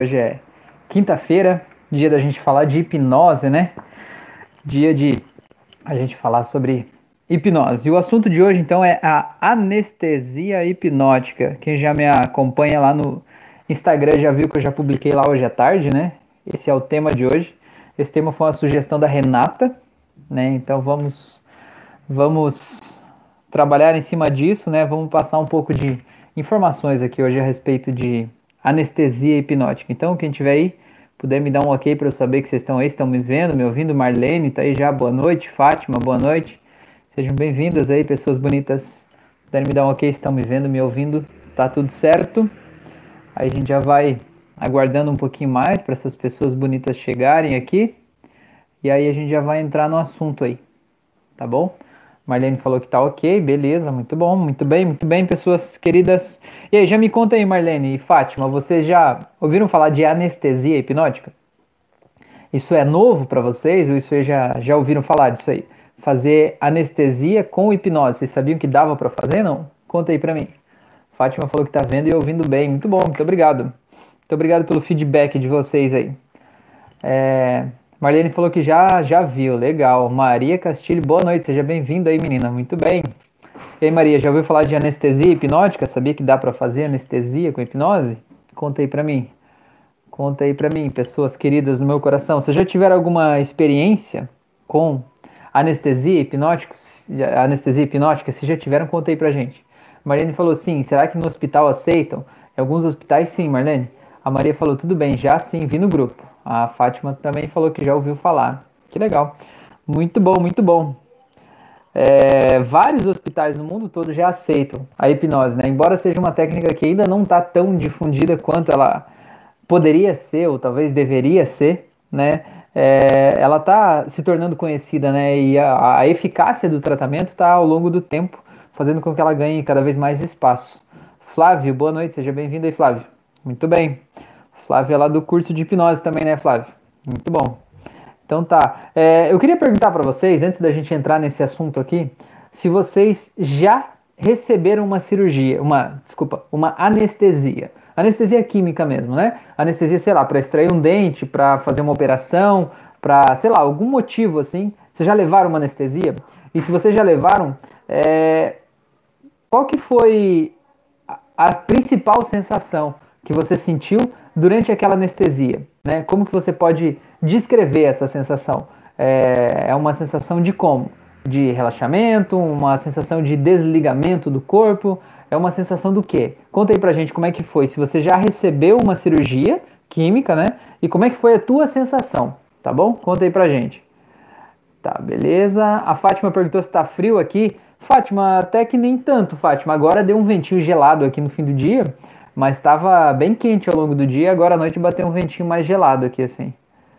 Hoje é quinta-feira, dia da gente falar de hipnose, né? Dia de a gente falar sobre hipnose. E o assunto de hoje, então, é a anestesia hipnótica. Quem já me acompanha lá no Instagram já viu que eu já publiquei lá hoje à tarde, né? Esse é o tema de hoje. Esse tema foi uma sugestão da Renata, né? Então vamos trabalhar em cima disso, né? Vamos passar um pouco de informações aqui hoje a respeito de anestesia hipnótica. Então, quem tiver aí, puder me dar um ok para eu saber que vocês estão aí, estão me vendo, me ouvindo. Marlene tá aí já, boa noite. Fátima, boa noite. Sejam bem-vindas aí, pessoas bonitas. Puderem me dar um ok, estão me vendo, me ouvindo, tá tudo certo. Aí a gente já vai aguardando um pouquinho mais para essas pessoas bonitas chegarem aqui. E aí a gente já vai entrar no assunto aí, tá bom? Marlene falou que tá ok, beleza, muito bom, muito bem, pessoas queridas. E aí, já me conta aí, Marlene e Fátima, vocês já ouviram falar de anestesia hipnótica? Isso é novo para vocês ou isso aí já ouviram falar disso aí? Fazer anestesia com hipnose, vocês sabiam que dava para fazer, não? Conta aí para mim. Fátima falou que tá vendo e ouvindo bem, muito bom, muito obrigado. Muito obrigado pelo feedback de vocês aí. Marlene falou que já viu, legal. Maria Castilho, boa noite, seja bem-vinda aí, menina, muito bem. E aí, Maria, já ouviu falar de anestesia hipnótica? Sabia que dá para fazer anestesia com hipnose? Conta aí pra mim. Conta aí pra mim, pessoas queridas no meu coração. Vocês já tiveram alguma experiência com anestesia hipnótica? Anestesia hipnótica? Se já tiveram, conta aí pra gente. Marlene falou sim. Será que no hospital aceitam? Em alguns hospitais sim, Marlene. A Maria falou tudo bem, já sim, vi no grupo. A Fátima também falou que já ouviu falar. Que legal. Muito bom, muito bom. Vários hospitais no mundo todo já aceitam a hipnose, né? Embora seja uma técnica que ainda não está tão difundida quanto ela poderia ser, ou talvez deveria ser, né? Ela está se tornando conhecida, né? E a eficácia do tratamento está ao longo do tempo, fazendo com que ela ganhe cada vez mais espaço. Flávio, boa noite, seja bem-vindo aí, Flávio. Muito bem. Flávio é lá do curso de hipnose também, né, Flávio? Muito bom. Então tá. Eu queria perguntar para vocês, antes da gente entrar nesse assunto aqui, se vocês já receberam uma cirurgia, desculpa, uma anestesia. Anestesia química mesmo, né? Anestesia, sei lá, para extrair um dente, para fazer uma operação, para, sei lá, algum motivo assim. Vocês já levaram uma anestesia? E se vocês já levaram, qual que foi a principal sensação que você sentiu durante aquela anestesia, né? Como que você pode descrever essa sensação? É uma sensação de como? De relaxamento, uma sensação de desligamento do corpo? É uma sensação do quê? Conta aí pra gente como é que foi, se você já recebeu uma cirurgia química, né? E como é que foi a tua sensação, tá bom? Conta aí pra gente. Tá, beleza. A Fátima perguntou se tá frio aqui. Fátima, até que nem tanto, Fátima. Agora deu um ventinho gelado aqui no fim do dia, mas estava bem quente ao longo do dia. Agora à noite bateu um ventinho mais gelado aqui, assim.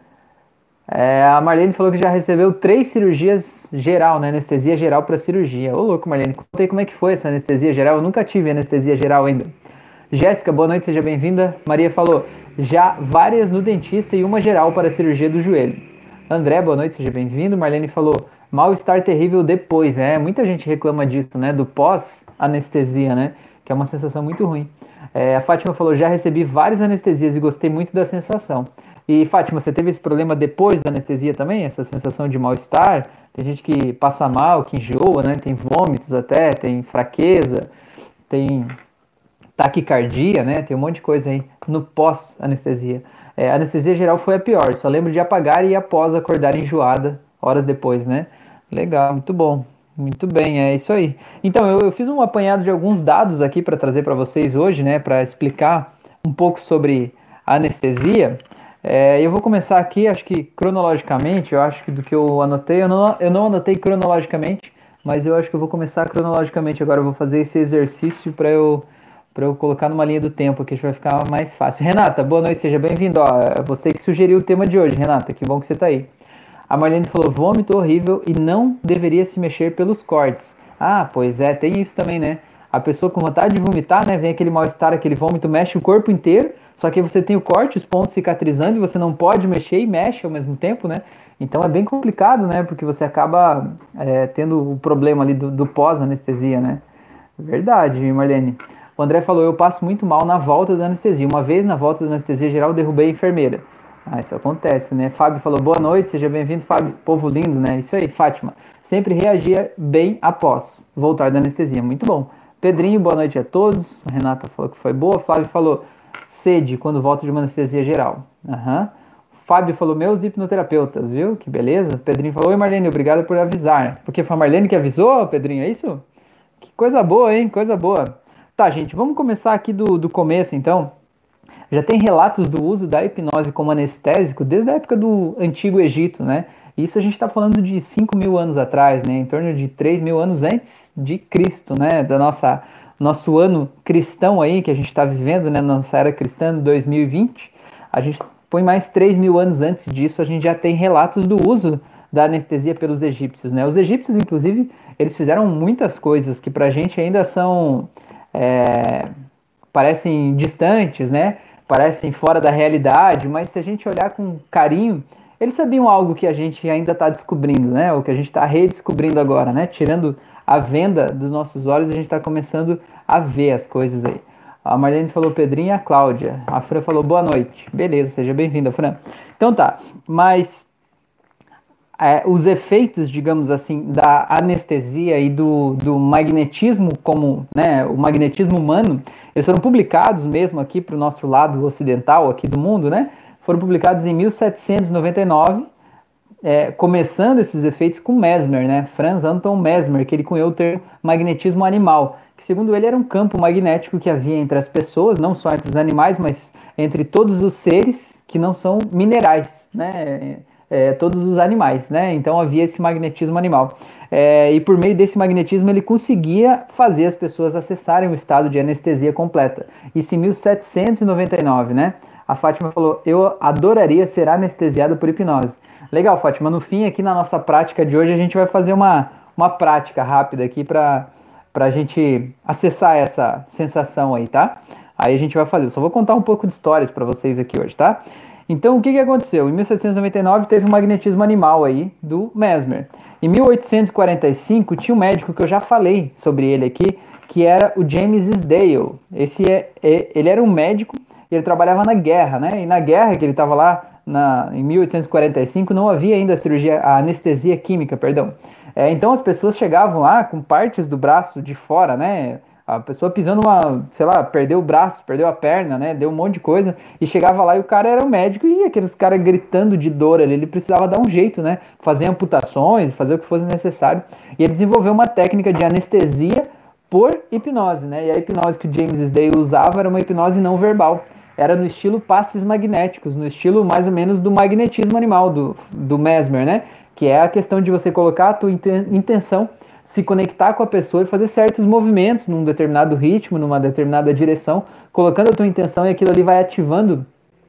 A Marlene falou que já recebeu 3 cirurgias geral, né? Anestesia geral para cirurgia. Ô, louco, Marlene, contei como é que foi essa anestesia geral. Eu nunca tive anestesia geral ainda. Jéssica, boa noite, seja bem-vinda. Maria falou, já várias no dentista e uma geral para a cirurgia do joelho. André, boa noite, seja bem-vindo. Marlene falou, mal-estar terrível depois, né? Muita gente reclama disso, né? Do pós-anestesia, né? Que é uma sensação muito ruim. A Fátima falou, já recebi várias anestesias e gostei muito da sensação. E Fátima, você teve esse problema depois da anestesia também? Essa sensação de mal-estar? Tem gente que passa mal, que enjoa, né? Tem vômitos até, tem fraqueza, tem taquicardia, né? Tem um monte de coisa aí no pós-anestesia. A anestesia geral foi a pior, só lembro de apagar e após acordar enjoada, horas depois, né? Legal, muito bom. Muito bem, é isso aí. Então, eu fiz um apanhado de alguns dados aqui para trazer para vocês hoje, né? Para explicar um pouco sobre a anestesia. Eu vou começar aqui, acho que cronologicamente, eu acho que do que eu anotei, eu não anotei cronologicamente, mas eu acho que eu vou começar cronologicamente agora, eu vou fazer esse exercício para eu colocar numa linha do tempo aqui, vai ficar mais fácil. Renata, boa noite, seja bem-vindo. É você que sugeriu o tema de hoje, Renata, que bom que você está aí. A Marlene falou, vômito horrível e não deveria se mexer pelos cortes. Ah, pois é, tem isso também, né? A pessoa com vontade de vomitar, né? Vem aquele mal-estar, aquele vômito, mexe o corpo inteiro, só que você tem o corte, os pontos cicatrizando e você não pode mexer e mexe ao mesmo tempo, né? Então é bem complicado, né? Porque você acaba tendo o problema ali do pós-anestesia, né? Verdade, Marlene. O André falou, eu passo muito mal na volta da anestesia. Uma vez na volta da anestesia geral, derrubei a enfermeira. Ah, isso acontece, né? Fábio falou, boa noite, seja bem-vindo, Fábio. Povo lindo, né? Isso aí, Fátima. Sempre reagia bem após voltar da anestesia. Muito bom. Pedrinho, boa noite a todos. A Renata falou que foi boa. Flávio falou, sede quando volta de uma anestesia geral. Aham. Fábio falou, meus hipnoterapeutas, viu? Que beleza. Pedrinho falou, oi Marlene, obrigado por avisar. Porque foi a Marlene que avisou, Pedrinho, é isso? Que coisa boa, hein? Coisa boa. Tá, gente, vamos começar aqui do começo, então. Já tem relatos do uso da hipnose como anestésico desde a época do Antigo Egito, né? Isso a gente está falando de 5.000 anos atrás, né? Em torno de 3.000 anos antes de Cristo, né? Da nosso ano cristão aí, que a gente está vivendo, né? Nossa era cristã de 2020. A gente põe mais 3.000 anos antes disso, a gente já tem relatos do uso da anestesia pelos egípcios, né? Os egípcios, inclusive, eles fizeram muitas coisas que pra gente ainda são... é, parecem distantes, né? Parecem fora da realidade, mas se a gente olhar com carinho, eles sabiam algo que a gente ainda está descobrindo, né? Ou que a gente está redescobrindo agora, né? Tirando a venda dos nossos olhos, a gente está começando a ver as coisas aí. A Marlene falou Pedrinho e a Cláudia. A Fran falou boa noite. Beleza, seja bem-vinda, Fran. Então tá, mas os efeitos, digamos assim, da anestesia e do magnetismo como, né, o magnetismo humano, eles foram publicados mesmo aqui para o nosso lado ocidental aqui do mundo, né? Foram publicados em 1799, começando esses efeitos com Mesmer, né? Franz Anton Mesmer, que ele cunhou o termo magnetismo animal, que segundo ele era um campo magnético que havia entre as pessoas, não só entre os animais, mas entre todos os seres que não são minerais, né? Todos os animais, né? Então havia esse magnetismo animal. E por meio desse magnetismo ele conseguia fazer as pessoas acessarem o estado de anestesia completa. Isso em 1799, né? A Fátima falou, eu adoraria ser anestesiada por hipnose. Legal, Fátima, no fim aqui na nossa prática de hoje a gente vai fazer uma prática rápida aqui para a gente acessar essa sensação aí, tá? Aí a gente vai fazer, só vou contar um pouco de histórias para vocês aqui hoje, tá? Então, o que aconteceu? Em 1799 teve o magnetismo animal aí do Mesmer. Em 1845 tinha um médico que eu já falei sobre ele aqui, que era o James Isdale. Ele era um médico e ele trabalhava na guerra, né? E na guerra que ele estava lá em 1845 não havia ainda a anestesia química, perdão. Então as pessoas chegavam lá com partes do braço de fora, né? A pessoa pisou sei lá, perdeu o braço, perdeu a perna, né? Deu um monte de coisa. E chegava lá e o cara era um médico e aqueles caras gritando de dor ali. Ele precisava dar um jeito, né? Fazer amputações, fazer o que fosse necessário. E ele desenvolveu uma técnica de anestesia por hipnose, né? E a hipnose que o James Isdale usava era uma hipnose não verbal. Era no estilo passes magnéticos, no estilo mais ou menos do magnetismo animal, do Mesmer, né? Que é a questão de você colocar a tua intenção, se conectar com a pessoa e fazer certos movimentos num determinado ritmo, numa determinada direção, colocando a tua intenção e aquilo ali vai ativando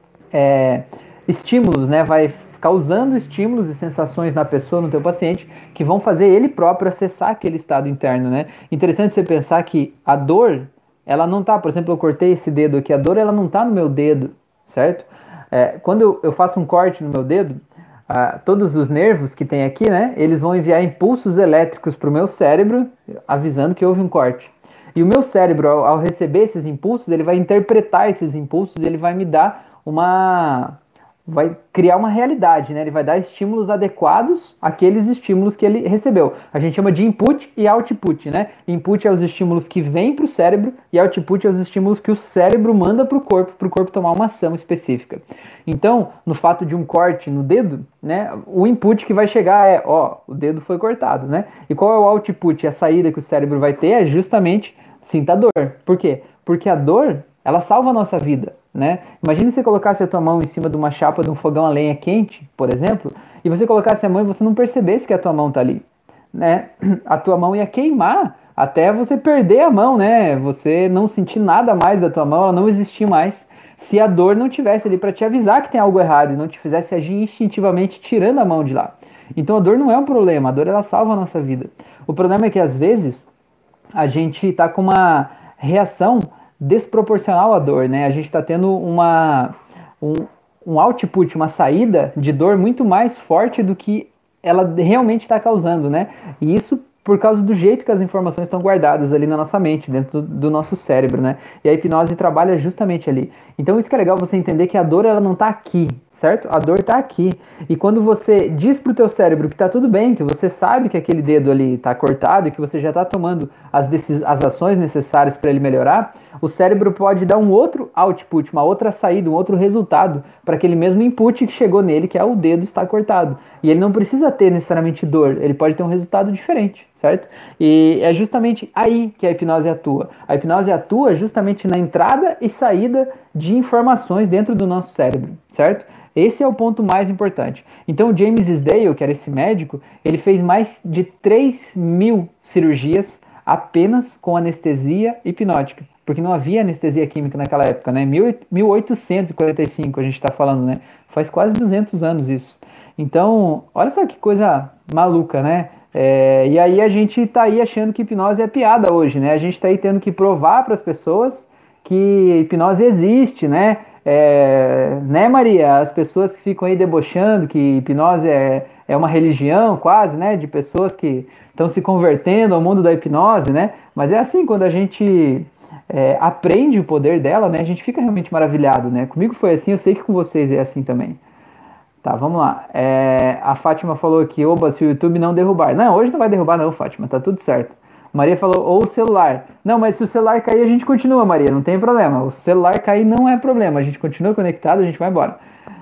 estímulos, né? Vai causando estímulos e sensações na pessoa, no teu paciente, que vão fazer ele próprio acessar aquele estado interno, né? Interessante você pensar que a dor, ela não tá, por exemplo, eu cortei esse dedo aqui, a dor ela não tá no meu dedo, certo? Quando eu faço um corte no meu dedo, todos os nervos que tem aqui, né, eles vão enviar impulsos elétricos para o meu cérebro, avisando que houve um corte. E o meu cérebro, ao receber esses impulsos, ele vai interpretar esses impulsos, ele vai me dar vai criar uma realidade, né? Ele vai dar estímulos adequados àqueles estímulos que ele recebeu. A gente chama de input e output, né? Input é os estímulos que vêm para o cérebro e output é os estímulos que o cérebro manda para o corpo tomar uma ação específica. Então, no fato de um corte no dedo, né? O input que vai chegar o dedo foi cortado, né? E qual é o output? A saída que o cérebro vai ter é justamente sinta a dor. Por quê? Porque a dor, ela salva a nossa vida, né? Imagina se você colocasse a tua mão em cima de uma chapa de um fogão a lenha quente, por exemplo, e você colocasse a mão e você não percebesse que a tua mão tá ali, né? A tua mão ia queimar até você perder a mão, né? Você não sentir nada mais da tua mão, ela não existir mais, se a dor não tivesse ali para te avisar que tem algo errado e não te fizesse agir instintivamente tirando a mão de lá. Então a dor não é um problema, a dor ela salva a nossa vida. O problema é que às vezes a gente tá com uma reação desproporcional à dor, né? A gente está tendo um output, uma saída de dor muito mais forte do que ela realmente está causando, né? E isso por causa do jeito que as informações estão guardadas ali na nossa mente, dentro do nosso cérebro, né? E a hipnose trabalha justamente ali. Então isso que é legal você entender que a dor ela não está aqui, certo? A dor está aqui. E quando você diz pro teu cérebro que está tudo bem, que você sabe que aquele dedo ali está cortado e que você já está tomando as ações necessárias para ele melhorar, o cérebro pode dar um outro output, uma outra saída, um outro resultado para aquele mesmo input que chegou nele, que é o dedo estar cortado. E ele não precisa ter necessariamente dor, ele pode ter um resultado diferente, certo? E é justamente aí que a hipnose atua. A hipnose atua justamente na entrada e saída de informações dentro do nosso cérebro, certo? Esse é o ponto mais importante. Então, o James Isdale, que era esse médico, ele fez mais de 3.000 cirurgias apenas com anestesia hipnótica, porque não havia anestesia química naquela época, né? 1845 a gente está falando, né? Faz quase 200 anos isso. Então, olha só que coisa maluca, né? E aí a gente tá aí achando que hipnose é piada hoje, né? A gente tá aí tendo que provar para as pessoas que hipnose existe, né? Né, Maria? As pessoas que ficam aí debochando que hipnose é uma religião quase, né? De pessoas que estão se convertendo ao mundo da hipnose, né? Mas é assim, quando a gente aprende o poder dela, né? A gente fica realmente maravilhado, né? Comigo foi assim, eu sei que com vocês é assim também. Tá, vamos lá. A Fátima falou aqui, oba, se o YouTube não derrubar. Não, hoje não vai derrubar não, Fátima, tá tudo certo. Maria falou, ou o celular. Não, mas se o celular cair, a gente continua, Maria, não tem problema. O celular cair não é problema, a gente continua conectado, a gente vai embora.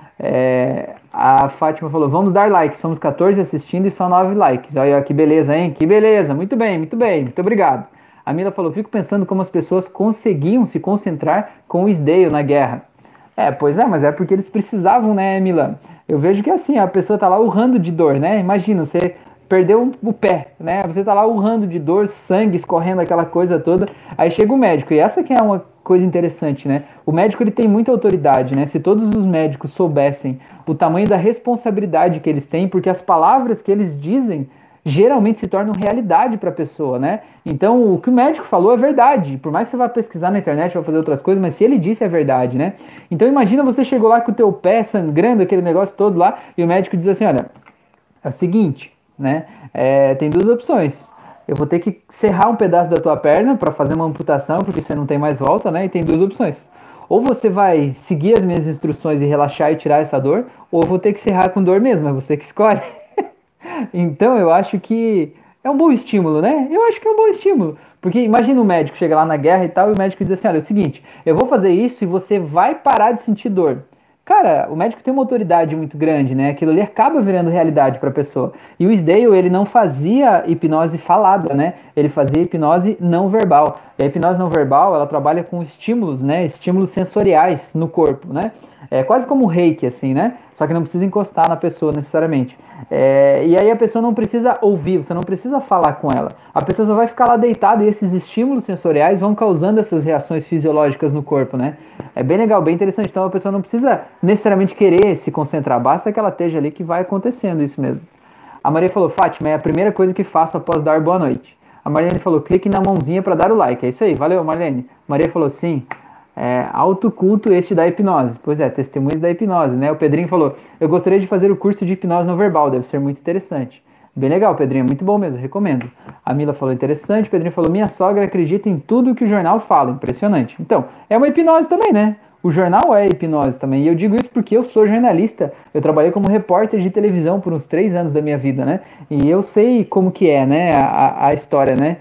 A Fátima falou, vamos dar like, somos 14 assistindo e só 9 likes. Olha que beleza, hein? Que beleza, muito bem, muito obrigado. A Mila falou, fico pensando como as pessoas conseguiam se concentrar com o Isdale na guerra. Pois é, mas é porque eles precisavam, né, Mila? Eu vejo que assim, a pessoa tá lá urrando de dor, né? Imagina, você perdeu o pé, né? Você tá lá urrando de dor, sangue escorrendo, aquela coisa toda. Aí chega o médico, e essa que é uma coisa interessante, né? O médico, ele tem muita autoridade, né? Se todos os médicos soubessem o tamanho da responsabilidade que eles têm, porque as palavras que eles dizem geralmente se tornam realidade para a pessoa, né? Então, o que o médico falou é verdade. Por mais que você vá pesquisar na internet, vai fazer outras coisas, mas se ele disse é verdade, né? Então, imagina você chegou lá com o teu pé sangrando, aquele negócio todo lá, e o médico diz assim, olha, é o seguinte, né? Tem duas opções. Eu vou ter que serrar um pedaço da tua perna para fazer uma amputação, porque você não tem mais volta, né? E tem duas opções. Ou você vai seguir as minhas instruções e relaxar e tirar essa dor, ou eu vou ter que serrar com dor mesmo, é você que escolhe. Então eu acho que é um bom estímulo, né? Eu acho que é um bom estímulo. Porque imagina o médico chega lá na guerra e tal, e o médico diz assim, olha, é o seguinte, eu vou fazer isso e você vai parar de sentir dor. Cara, o médico tem uma autoridade muito grande, né? Aquilo ali acaba virando realidade para a pessoa. E o Isdale, ele não fazia hipnose falada, né? Ele fazia hipnose não verbal. E a hipnose não verbal, ela trabalha com estímulos, né? Estímulos sensoriais no corpo, né? É quase como o reiki, assim, né? Só que não precisa encostar na pessoa necessariamente. E aí a pessoa não precisa ouvir, você não precisa falar com ela. A pessoa só vai ficar lá deitada e esses estímulos sensoriais vão causando essas reações fisiológicas no corpo, né? É bem legal, bem interessante. Então a pessoa não precisa necessariamente querer se concentrar, basta que ela esteja ali que vai acontecendo isso mesmo. A Maria falou, Fátima, é a primeira coisa que faço após dar boa noite. A Marlene falou, clique na mãozinha para dar o like. É isso aí, valeu, Marlene. Maria falou, sim. Autoculto este da hipnose. Pois é, testemunhas da hipnose, né? O Pedrinho falou, eu gostaria de fazer o curso de hipnose não verbal, deve ser muito interessante. Bem legal, Pedrinho, muito bom mesmo, recomendo. A Mila falou, interessante. O Pedrinho falou, minha sogra acredita em tudo que o jornal fala, impressionante. Então, é uma hipnose também, né? O jornal é hipnose também, e eu digo isso porque eu sou jornalista, eu trabalhei como repórter de televisão por uns 3 anos da minha vida, né? E eu sei como que é, né, a história, né?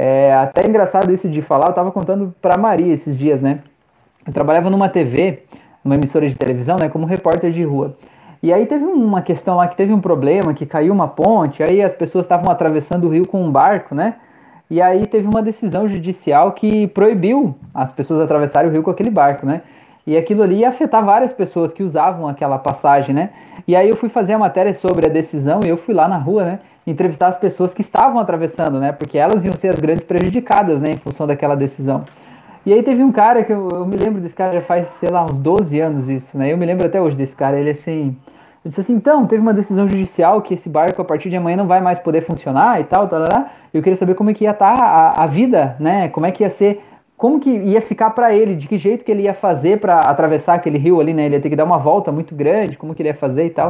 Até engraçado isso de falar, eu tava contando pra Maria esses dias, né? Eu trabalhava numa TV, numa emissora de televisão, né, como repórter de rua. E aí teve uma questão lá que teve um problema, que caiu uma ponte, aí as pessoas estavam atravessando o rio com um barco, né? E aí teve uma decisão judicial que proibiu as pessoas atravessarem o rio com aquele barco, né? E aquilo ali ia afetar várias pessoas que usavam aquela passagem, né? E aí eu fui fazer a matéria sobre a decisão e eu fui lá na rua, né? Entrevistar as pessoas que estavam atravessando, né? Porque elas iam ser as grandes prejudicadas, né? Em função daquela decisão. E aí teve um cara que eu me lembro desse cara já faz, sei lá, uns 12 anos isso, né? Eu me lembro até hoje desse cara, ele assim... Eu disse assim, então, teve uma decisão judicial que esse barco a partir de amanhã não vai mais poder funcionar e tal, eu queria saber como é que ia estar a vida, né? Como é que ia ser, como que ia ficar pra ele, de que jeito que ele ia fazer pra atravessar aquele rio ali, né? Ele ia ter que dar uma volta muito grande, como que ele ia fazer e tal.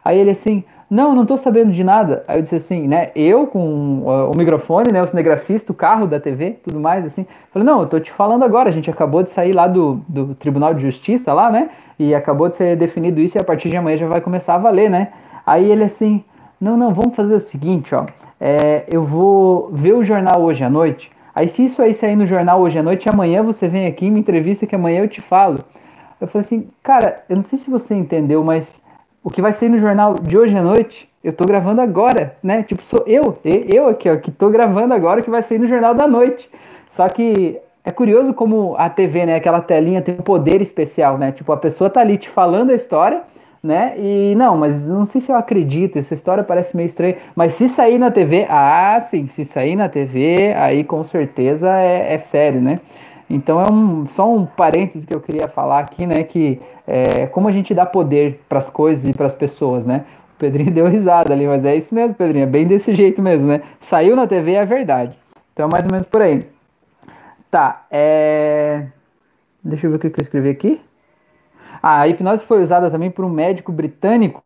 Aí ele assim, não, não tô sabendo de nada. Aí eu disse assim, né, eu com o microfone, né, o cinegrafista, o carro da TV, tudo mais, assim. Falei, não, eu tô te falando agora, a gente acabou de sair lá do Tribunal de Justiça lá, né, e acabou de ser definido isso e a partir de amanhã já vai começar a valer, né. Aí ele assim, não, não, vamos fazer o seguinte, ó, eu vou ver o jornal hoje à noite. Aí se isso aí sair no jornal hoje à noite, amanhã você vem aqui e me entrevista que amanhã eu te falo. Eu falei assim, cara, eu não sei se você entendeu, mas o que vai sair no jornal de hoje à noite, eu tô gravando agora, né? Tipo, sou eu aqui, ó, que tô gravando agora o que vai sair no jornal da noite. Só que é curioso como a TV, né, aquela telinha tem um poder especial, né? Tipo, a pessoa tá ali te falando a história, né? E não, mas não sei se eu acredito, essa história parece meio estranha, mas se sair na TV, ah, sim, se sair na TV, aí com certeza é sério, né? Então só um parêntese que eu queria falar aqui, né? Que como a gente dá poder para as coisas e para as pessoas, né? O Pedrinho deu risada ali, mas é isso mesmo, Pedrinho, é bem desse jeito mesmo, né? Saiu na TV é verdade. Então, mais ou menos por aí. Tá, deixa eu ver o que eu escrevi aqui. A hipnose foi usada também por um médico britânico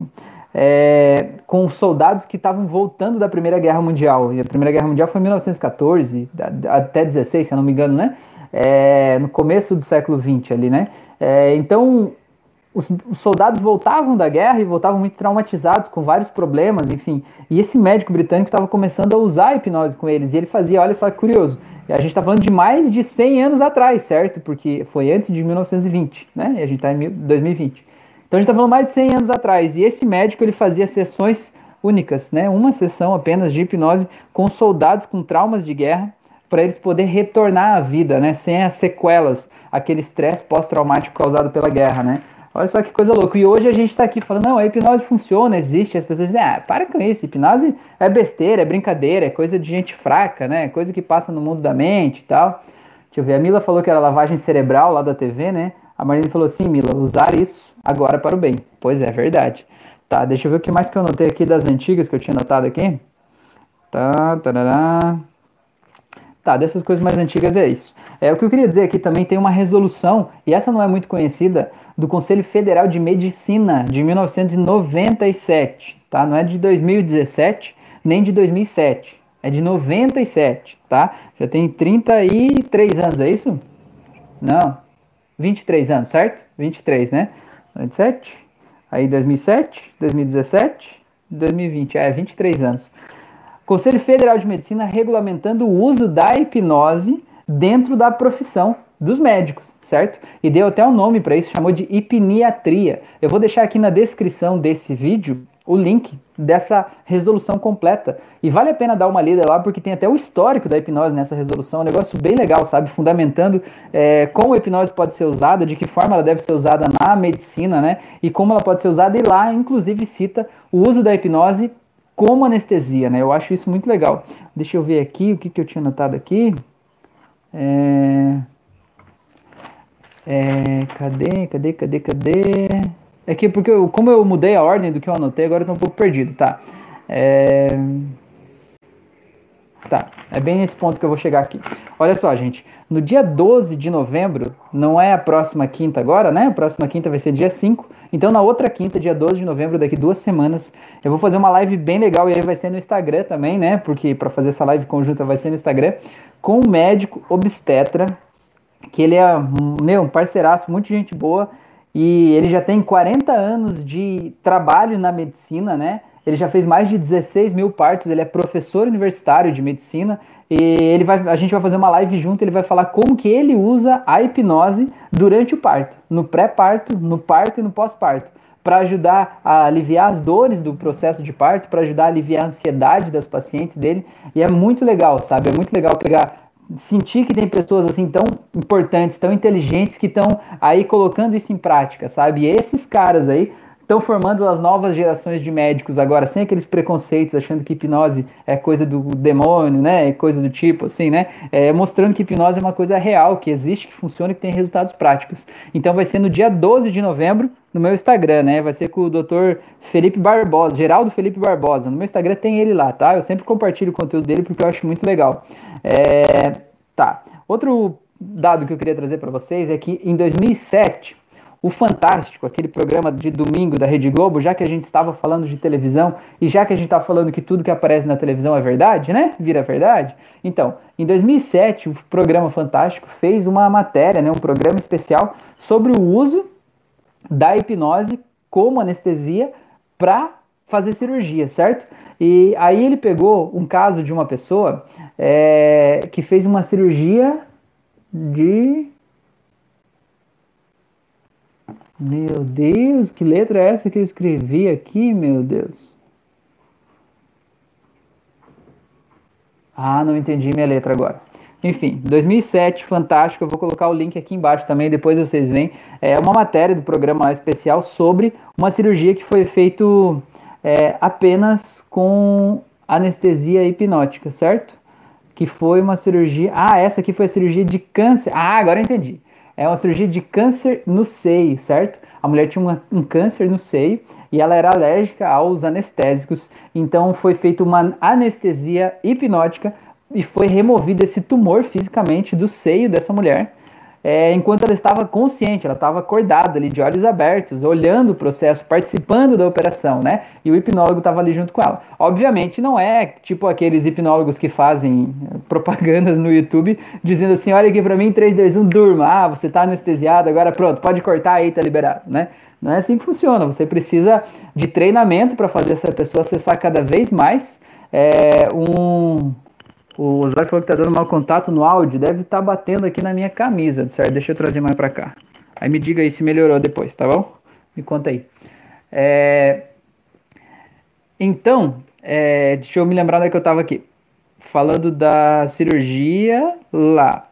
com soldados que estavam voltando da Primeira Guerra Mundial. E a Primeira Guerra Mundial foi em 1914 até 16, se eu não me engano, né? No começo do século XX ali, né? Então, os soldados voltavam da guerra e voltavam muito traumatizados, com vários problemas, enfim. E esse médico britânico estava começando a usar a hipnose com eles. E ele fazia, olha só que curioso, a gente está falando de mais de 100 anos atrás, certo? Porque foi antes de 1920, né? E a gente está em 2020. Então a gente está falando mais de 100 anos atrás. E esse médico ele fazia sessões únicas, né? Uma sessão apenas de hipnose com soldados com traumas de guerra para eles poderem retornar à vida, né? Sem as sequelas, aquele estresse pós-traumático causado pela guerra, né? Olha só que coisa louca. E hoje a gente está aqui falando, não, a hipnose funciona, existe. As pessoas dizem, para com isso, hipnose é besteira, é brincadeira, é coisa de gente fraca, né? É coisa que passa no mundo da mente e tal. Deixa eu ver, a Mila falou que era lavagem cerebral lá da TV, né? A Marlene falou assim, Mila, usar isso agora para o bem. Pois é, verdade. Tá, deixa eu ver o que mais que eu notei aqui das antigas que eu tinha notado aqui. Tá, tarará. Tá, dessas coisas mais antigas é isso. O que eu queria dizer aqui também tem uma resolução, e essa não é muito conhecida, do Conselho Federal de Medicina de 1997, tá? Não é de 2017, nem de 2007, é de 97, tá? Já tem 33 anos, é isso? Não, 23 anos, certo? 23, né? 97, aí 2007, 2017, 2020, 23 anos. Conselho Federal de Medicina regulamentando o uso da hipnose dentro da profissão dos médicos, certo? E deu até um nome para isso, chamou de hipniatria. Eu vou deixar aqui na descrição desse vídeo o link dessa resolução completa. E vale a pena dar uma lida lá, porque tem até o histórico da hipnose nessa resolução, um negócio bem legal, sabe? Fundamentando como a hipnose pode ser usada, de que forma ela deve ser usada na medicina, né? E como ela pode ser usada, e lá, inclusive, cita o uso da hipnose como anestesia, né? Eu acho isso muito legal. Deixa eu ver aqui o que eu tinha notado aqui. Cadê? É que porque como eu mudei a ordem do que eu anotei, agora eu tô um pouco perdido, tá? Tá, é bem nesse ponto que eu vou chegar aqui. Olha só, gente, no dia 12 de novembro, não é a próxima quinta agora, né? A próxima quinta vai ser dia 5. Então, na outra quinta, dia 12 de novembro, daqui 2 semanas, eu vou fazer uma live bem legal, e aí vai ser no Instagram também, né? Porque para fazer essa live conjunta vai ser no Instagram, com um médico obstetra, que ele é, um parceiraço, muito gente boa, e ele já tem 40 anos de trabalho na medicina, né? Ele já fez mais de 16 mil partos, ele é professor universitário de medicina, e a gente vai fazer uma live junto, ele vai falar como que ele usa a hipnose durante o parto, no pré-parto, no parto e no pós-parto, para ajudar a aliviar as dores do processo de parto, para ajudar a aliviar a ansiedade das pacientes dele, e é muito legal, sabe? É muito legal sentir que tem pessoas assim tão importantes, tão inteligentes, que estão aí colocando isso em prática, sabe? E esses caras aí estão formando as novas gerações de médicos agora, sem aqueles preconceitos, achando que hipnose é coisa do demônio, né? É coisa do tipo, assim, né? Mostrando que hipnose é uma coisa real, que existe, que funciona e que tem resultados práticos. Então vai ser no dia 12 de novembro, no meu Instagram, né? Vai ser com o Dr. Felipe Barbosa, Geraldo Felipe Barbosa. No meu Instagram tem ele lá, tá? Eu sempre compartilho o conteúdo dele porque eu acho muito legal. Tá. Outro dado que eu queria trazer para vocês é que em 2007, o Fantástico, aquele programa de domingo da Rede Globo, já que a gente estava falando de televisão e já que a gente está falando que tudo que aparece na televisão é verdade, né? Vira verdade. Então, em 2007, o programa Fantástico fez uma matéria, né, um programa especial sobre o uso da hipnose como anestesia para fazer cirurgia, certo? E aí ele pegou um caso de uma pessoa que fez uma cirurgia de... Meu Deus, que letra é essa que eu escrevi aqui, meu Deus? Ah, não entendi minha letra agora. Enfim, 2007, fantástico. Eu vou colocar o link aqui embaixo também, depois vocês veem. É uma matéria do programa especial sobre uma cirurgia que foi feito apenas com anestesia hipnótica, certo? Que foi uma cirurgia. Ah, essa aqui foi a cirurgia de câncer. Ah, agora eu entendi. É uma cirurgia de câncer no seio, certo? A mulher tinha um câncer no seio e ela era alérgica aos anestésicos. Então foi feita uma anestesia hipnótica e foi removido esse tumor fisicamente do seio dessa mulher. Enquanto ela estava consciente, ela estava acordada ali, de olhos abertos, olhando o processo, participando da operação, né? E o hipnólogo estava ali junto com ela. Obviamente não é tipo aqueles hipnólogos que fazem propagandas no YouTube, dizendo assim, olha aqui pra mim, 3, 2, 1, durma. Ah, você tá anestesiado, agora pronto, pode cortar aí, tá liberado, né? Não é assim que funciona, você precisa de treinamento para fazer essa pessoa acessar cada vez mais o usuário falou que tá dando mau contato no áudio, deve estar batendo aqui na minha camisa, certo? Deixa eu trazer mais pra cá. Aí me diga aí se melhorou depois, tá bom? Me conta aí. Então, deixa eu me lembrar onde é que eu tava aqui. Falando da cirurgia lá.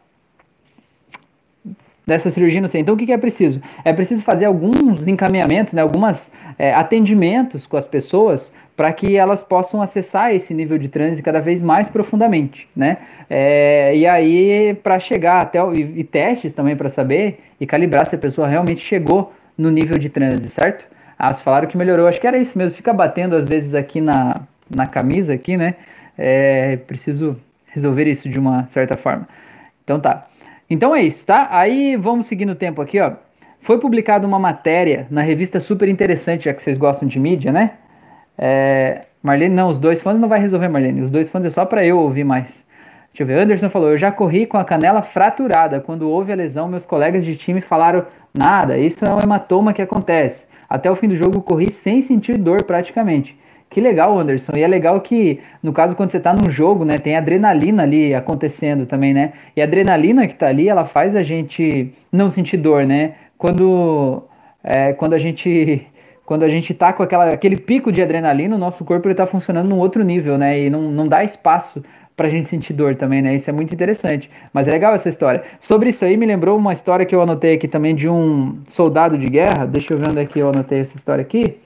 Dessa cirurgia, não sei. Então, o que é preciso? É preciso fazer alguns encaminhamentos, né, alguns atendimentos com as pessoas para que elas possam acessar esse nível de transe cada vez mais profundamente, né? E aí, para chegar até... E testes também para saber e calibrar se a pessoa realmente chegou no nível de transe, certo? Ah, vocês falaram que melhorou. Acho que era isso mesmo. Fica batendo às vezes aqui na camisa, aqui, né? Preciso resolver isso de uma certa forma. Então tá. Então é isso, tá? Aí vamos seguindo o tempo aqui, ó. Foi publicada uma matéria na revista Super Interessante, já que vocês gostam de mídia, né? Marlene, não, os dois fãs não vai resolver, Marlene. Os dois fãs é só pra eu ouvir mais. Deixa eu ver. Anderson falou: eu já corri com a canela fraturada. Quando houve a lesão, meus colegas de time falaram: nada, isso é um hematoma que acontece. Até o fim do jogo, corri sem sentir dor praticamente. Que legal, Anderson. E é legal que, no caso, quando você tá num jogo, né, tem adrenalina ali acontecendo também, né? E a adrenalina que tá ali, ela faz a gente não sentir dor, né? Quando a gente tá com aquele pico de adrenalina, o nosso corpo ele tá funcionando num outro nível, né? E não dá espaço pra gente sentir dor também, né? Isso é muito interessante. Mas é legal essa história. Sobre isso aí, me lembrou uma história que eu anotei aqui também de um soldado de guerra. Deixa eu ver onde é que eu anotei essa história aqui.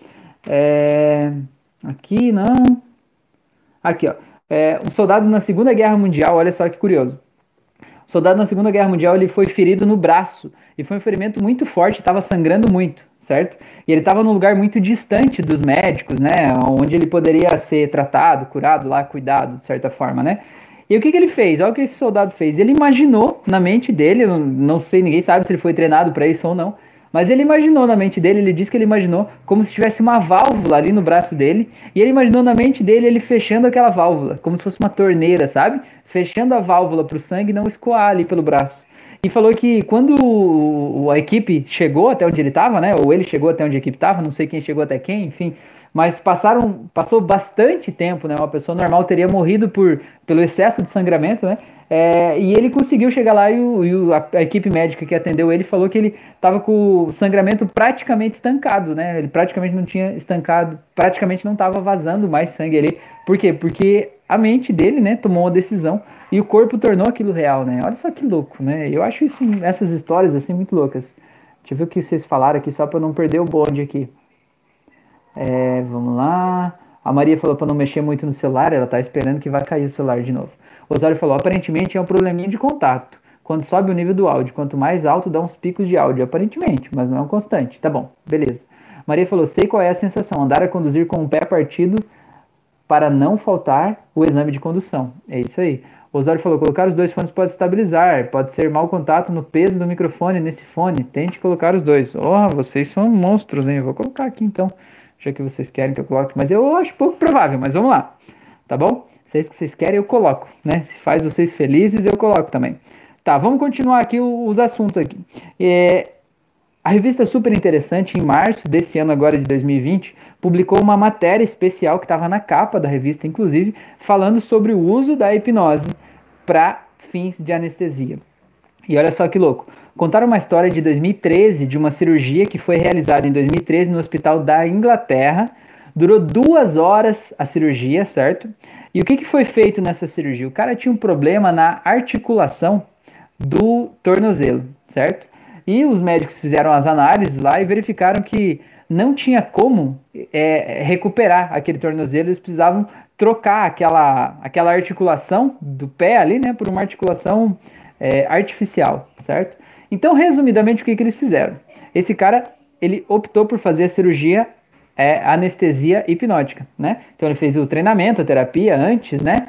Aqui, não. Aqui, ó. Um soldado na Segunda Guerra Mundial, olha só que curioso. O soldado na Segunda Guerra Mundial, ele foi ferido no braço. E foi um ferimento muito forte, estava sangrando muito, certo? E ele estava num lugar muito distante dos médicos, né? Onde ele poderia ser tratado, curado lá, cuidado, de certa forma, né? E o que ele fez? Olha o que esse soldado fez. Ele imaginou na mente dele, eu não sei, ninguém sabe se ele foi treinado para isso ou não, mas ele imaginou na mente dele, ele disse que ele imaginou como se tivesse uma válvula ali no braço dele, e ele imaginou na mente dele ele fechando aquela válvula, como se fosse uma torneira, sabe? Fechando a válvula para o sangue não escoar ali pelo braço. E falou que quando a equipe chegou até onde ele estava, né? Ou ele chegou até onde a equipe estava, não sei quem chegou até quem, enfim. Mas passou bastante tempo, né? Uma pessoa normal teria morrido pelo excesso de sangramento, né? E ele conseguiu chegar lá e a equipe médica que atendeu ele falou que ele estava com o sangramento praticamente estancado, né? Ele praticamente não tinha estancado, praticamente não estava vazando mais sangue ali. Por quê? Porque a mente dele, né, tomou uma decisão e o corpo tornou aquilo real, né? Olha só que louco, né? Eu acho essas histórias assim muito loucas. Deixa eu ver o que vocês falaram aqui só para não perder o bonde aqui. Vamos lá. A Maria falou para não mexer muito no celular, ela tá esperando que vai cair o celular de novo. O Osório falou: aparentemente é um probleminha de contato. Quando sobe o nível do áudio, quanto mais alto dá uns picos de áudio, aparentemente, mas não é um constante. Tá bom, beleza. Maria falou: sei qual é a sensação, andar a conduzir com o pé partido para não faltar o exame de condução. É isso aí. O Osório falou, colocar os dois fones pode estabilizar, pode ser mau contato no peso do microfone nesse fone, tente colocar os dois. Oh, vocês são monstros, hein? Eu vou colocar aqui então, já que vocês querem que eu coloque, mas eu acho pouco provável, mas vamos lá, tá bom? Se é isso que vocês querem, eu coloco, né? Se faz vocês felizes, eu coloco também. Tá, vamos continuar aqui os assuntos aqui. A revista Super Interessante, em março desse ano agora de 2020, publicou uma matéria especial que estava na capa da revista, inclusive, falando sobre o uso da hipnose para fins de anestesia. E olha só que louco. Contaram uma história de 2013, de uma cirurgia que foi realizada em 2013 no hospital da Inglaterra. Durou 2 horas a cirurgia, certo? E o que foi feito nessa cirurgia? O cara tinha um problema na articulação do tornozelo, certo? E os médicos fizeram as análises lá e verificaram que não tinha como recuperar aquele tornozelo, eles precisavam trocar aquela articulação do pé ali, né, por uma articulação artificial, certo? Então, resumidamente, o que eles fizeram? Esse cara, ele optou por fazer a cirurgia anestesia hipnótica, né? Então, ele fez o treinamento, a terapia antes, né?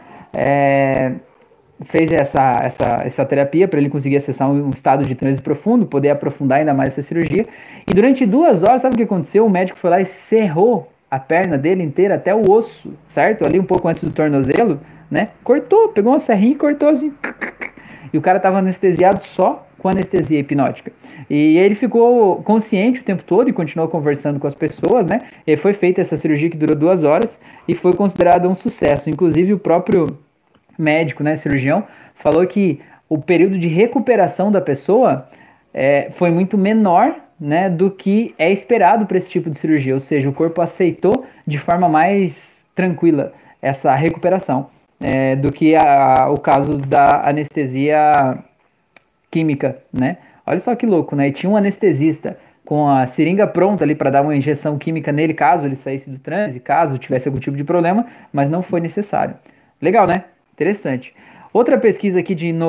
Fez essa terapia para ele conseguir acessar um estado de transe profundo, poder aprofundar ainda mais essa cirurgia. E durante 2 horas, sabe o que aconteceu? O médico foi lá e serrou a perna dele inteira até o osso, certo? Ali um pouco antes do tornozelo, né? Cortou, pegou uma serrinha e cortou assim. E o cara estava anestesiado só com anestesia hipnótica. E ele ficou consciente o tempo todo e continuou conversando com as pessoas, né? E foi feita essa cirurgia que durou 2 horas e foi considerada um sucesso. Inclusive o próprio médico, né, cirurgião, falou que o período de recuperação da pessoa foi muito menor, né, do que é esperado para esse tipo de cirurgia, ou seja, o corpo aceitou de forma mais tranquila essa recuperação, do que o caso da anestesia química, né? Olha só que louco, né? E tinha um anestesista com a seringa pronta ali para dar uma injeção química nele, caso ele saísse do transe, caso tivesse algum tipo de problema, mas não foi necessário. Legal, né? Interessante. Outra pesquisa aqui de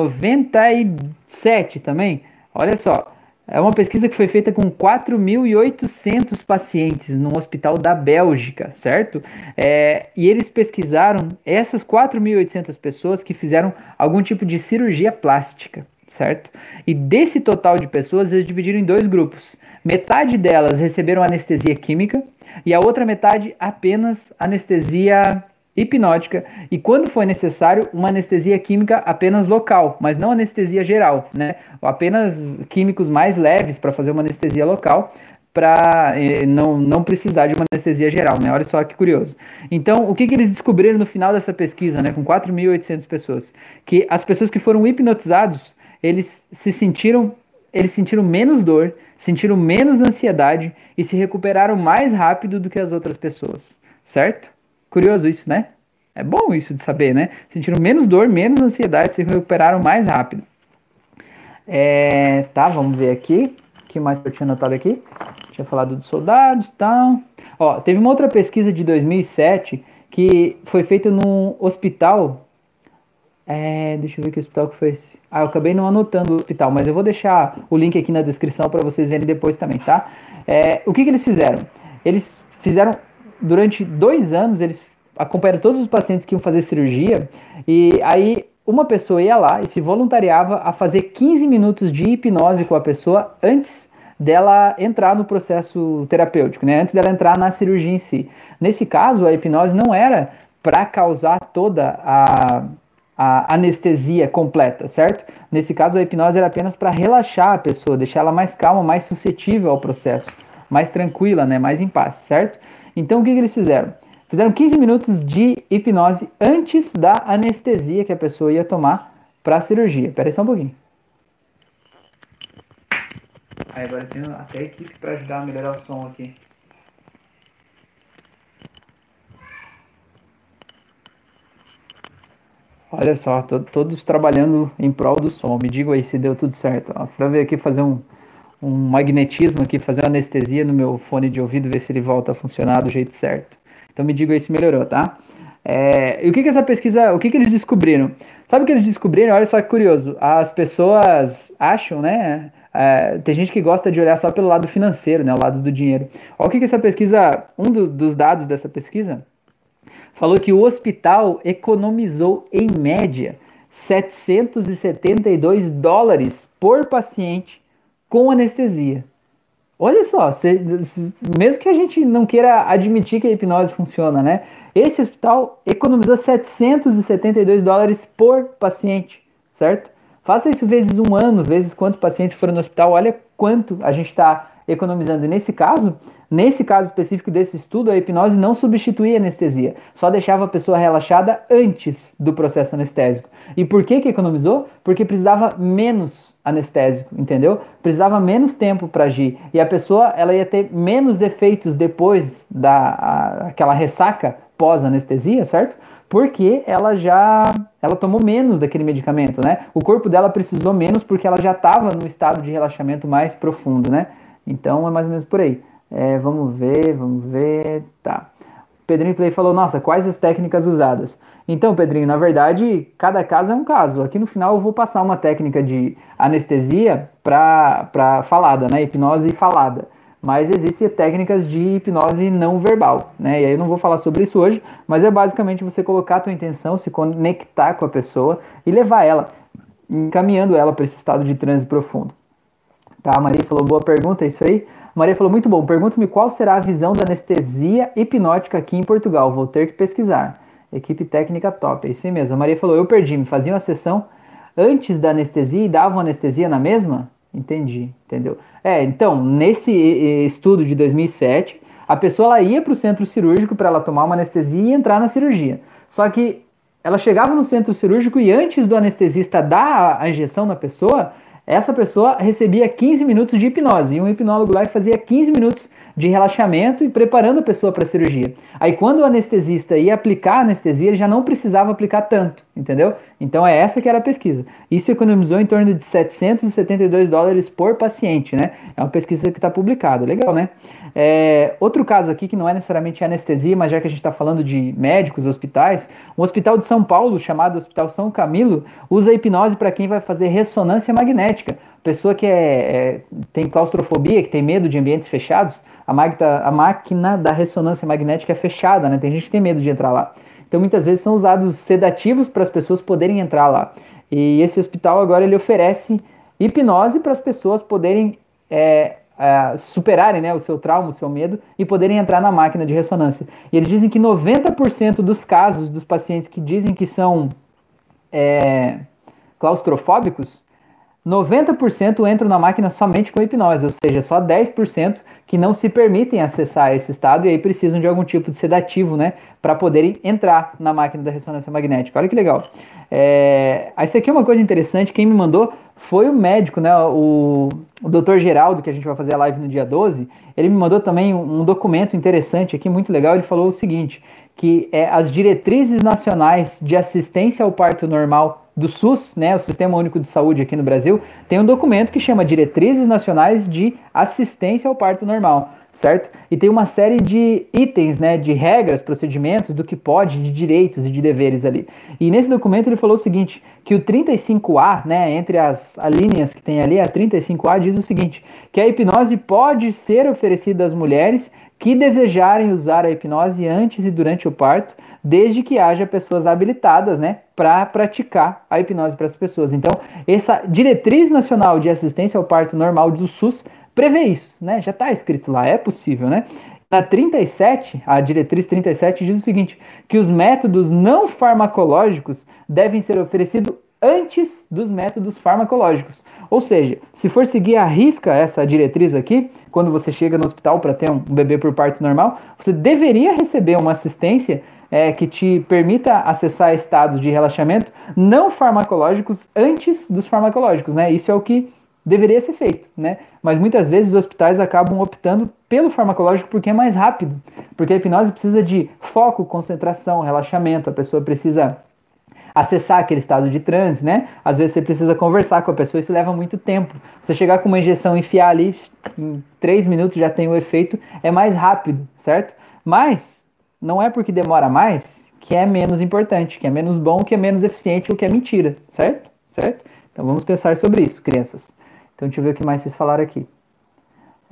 97 também, olha só, é uma pesquisa que foi feita com 4.800 pacientes num hospital da Bélgica, certo? E eles pesquisaram essas 4.800 pessoas que fizeram algum tipo de cirurgia plástica, certo? E desse total de pessoas, eles dividiram em 2 grupos. Metade delas receberam anestesia química e a outra metade apenas anestesia hipnótica, e quando foi necessário, uma anestesia química apenas local, mas não anestesia geral, né? Apenas químicos mais leves para fazer uma anestesia local, para não precisar de uma anestesia geral, né? Olha só que curioso. Então, o que eles descobriram no final dessa pesquisa, né, com 4.800 pessoas? Que as pessoas que foram hipnotizados, eles sentiram menos dor, sentiram menos ansiedade e se recuperaram mais rápido do que as outras pessoas, certo? Curioso isso, né? É bom isso de saber, né? Sentiram menos dor, menos ansiedade, se recuperaram mais rápido. Tá, vamos ver aqui. O que mais que eu tinha anotado aqui? Tinha falado dos soldados e tal. Ó, teve uma outra pesquisa de 2007 que foi feita num hospital. Deixa eu ver que hospital que foi esse. Eu acabei não anotando o hospital, mas eu vou deixar o link aqui na descrição para vocês verem depois também, tá? O que eles fizeram? Eles fizeram durante 2 anos, eles acompanharam todos os pacientes que iam fazer cirurgia, e aí uma pessoa ia lá e se voluntariava a fazer 15 minutos de hipnose com a pessoa antes dela entrar no processo terapêutico, né? Antes dela entrar na cirurgia em si. Nesse caso, a hipnose não era para causar toda a anestesia completa, certo? Nesse caso, a hipnose era apenas para relaxar a pessoa, deixar ela mais calma, mais suscetível ao processo, mais tranquila, né? Mais em paz, certo? Então, o que eles fizeram? Fizeram 15 minutos de hipnose antes da anestesia que a pessoa ia tomar para a cirurgia. Espera aí só um pouquinho. Agora tem até a equipe para ajudar a melhorar o som aqui. Olha só, todos trabalhando em prol do som. Me digam aí se deu tudo certo. Para ver aqui fazer um magnetismo aqui, fazer uma anestesia no meu fone de ouvido, ver se ele volta a funcionar do jeito certo. Então me diga aí se melhorou, tá? E o que essa pesquisa, o que eles descobriram? Sabe o que eles descobriram? Olha só que curioso. As pessoas acham, né? Tem gente que gosta de olhar só pelo lado financeiro, né? O lado do dinheiro. Olha o que essa pesquisa, dos dados dessa pesquisa falou que o hospital economizou, em média, US$ 772 por paciente com anestesia. Olha só, mesmo que a gente não queira admitir que a hipnose funciona, né? Esse hospital economizou US$ 772 por paciente, certo? Faça isso vezes um ano, vezes quantos pacientes foram no hospital, olha quanto a gente está economizando. E nesse caso específico desse estudo, a hipnose não substituía a anestesia, só deixava a pessoa relaxada antes do processo anestésico. E por que economizou? Porque precisava menos anestésico, entendeu? Precisava menos tempo para agir. E a pessoa ela ia ter menos efeitos depois aquela ressaca pós-anestesia, certo? Porque ela tomou menos daquele medicamento, né? O corpo dela precisou menos porque ela já estava no estado de relaxamento mais profundo, né? Então é mais ou menos por aí. Vamos ver, tá. Pedrinho Play falou, nossa, quais as técnicas usadas? Então, Pedrinho, na verdade, cada caso é um caso. Aqui no final eu vou passar uma técnica de anestesia para falada, né? Hipnose falada. Mas existem técnicas de hipnose não verbal, né? E aí eu não vou falar sobre isso hoje, mas é basicamente você colocar a tua intenção, se conectar com a pessoa e levar ela, encaminhando ela para esse estado de transe profundo. Tá, a Maria falou, boa pergunta, é isso aí? A Maria falou, muito bom, pergunta-me qual será a visão da anestesia hipnótica aqui em Portugal, vou ter que pesquisar. Equipe técnica top, é isso aí mesmo. A Maria falou, eu perdi, me faziam a sessão antes da anestesia e davam anestesia na mesma? Entendi, entendeu? Então, nesse estudo de 2007, a pessoa ela ia para o centro cirúrgico para ela tomar uma anestesia e entrar na cirurgia. Só que ela chegava no centro cirúrgico e antes do anestesista dar a injeção na pessoa, essa pessoa recebia 15 minutos de hipnose. E um hipnólogo lá fazia 15 minutos de relaxamento e preparando a pessoa para a cirurgia. Aí quando o anestesista ia aplicar a anestesia, ele já não precisava aplicar tanto, entendeu? Então é essa que era a pesquisa. Isso economizou em torno de US$ 772 por paciente, né? É uma pesquisa que está publicada, legal, né? Outro caso aqui que não é necessariamente anestesia, mas já que a gente está falando de médicos, hospitais, um hospital de São Paulo chamado Hospital São Camilo usa hipnose para quem vai fazer ressonância magnética. Pessoa que tem claustrofobia, que tem medo de ambientes fechados, a máquina da ressonância magnética é fechada, né? Tem gente que tem medo de entrar lá. Então muitas vezes são usados sedativos para as pessoas poderem entrar lá. E esse hospital agora ele oferece hipnose para as pessoas poderem superarem, né, o seu trauma, o seu medo e poderem entrar na máquina de ressonância. E eles dizem que 90% dos casos dos pacientes que dizem que são claustrofóbicos, 90% entram na máquina somente com hipnose, ou seja, só 10% que não se permitem acessar esse estado e aí precisam de algum tipo de sedativo, né, para poderem entrar na máquina da ressonância magnética. Olha que legal. Isso aqui é uma coisa interessante, quem me mandou foi o médico, né, o Dr. Geraldo, que a gente vai fazer a live no dia 12, ele me mandou também um documento interessante aqui, muito legal, ele falou o seguinte, que as diretrizes nacionais de assistência ao parto normal do SUS, né, o Sistema Único de Saúde aqui no Brasil, tem um documento que chama Diretrizes Nacionais de Assistência ao Parto Normal, certo? E tem uma série de itens, né, de regras, procedimentos, do que pode, de direitos e de deveres ali. E nesse documento ele falou o seguinte, que o 35A, né, entre as linhas que tem ali, a 35A diz o seguinte, que a hipnose pode ser oferecida às mulheres que desejarem usar a hipnose antes e durante o parto, desde que haja pessoas habilitadas, né, para praticar a hipnose para as pessoas. Então, essa Diretriz Nacional de Assistência ao Parto Normal do SUS prevê isso, né? Já está escrito lá, é possível, né? Na 37, a diretriz 37 diz o seguinte, que os métodos não farmacológicos devem ser oferecidos antes dos métodos farmacológicos. Ou seja, se for seguir à risca essa diretriz aqui, quando você chega no hospital para ter um bebê por parto normal, você deveria receber uma assistência que te permita acessar estados de relaxamento não farmacológicos antes dos farmacológicos, né? Isso é o que deveria ser feito, né? Mas muitas vezes os hospitais acabam optando pelo farmacológico porque é mais rápido, porque a hipnose precisa de foco, concentração, relaxamento, a pessoa precisa acessar aquele estado de transe, né? Às vezes você precisa conversar com a pessoa e isso leva muito tempo. Você chegar com uma injeção e enfiar ali, em 3 minutos já tem o efeito, é mais rápido, certo? Mas não é porque demora mais que é menos importante, que é menos bom, que é menos eficiente ou que é mentira, certo? Certo? Então vamos pensar sobre isso, crianças. Então deixa eu ver o que mais vocês falaram aqui.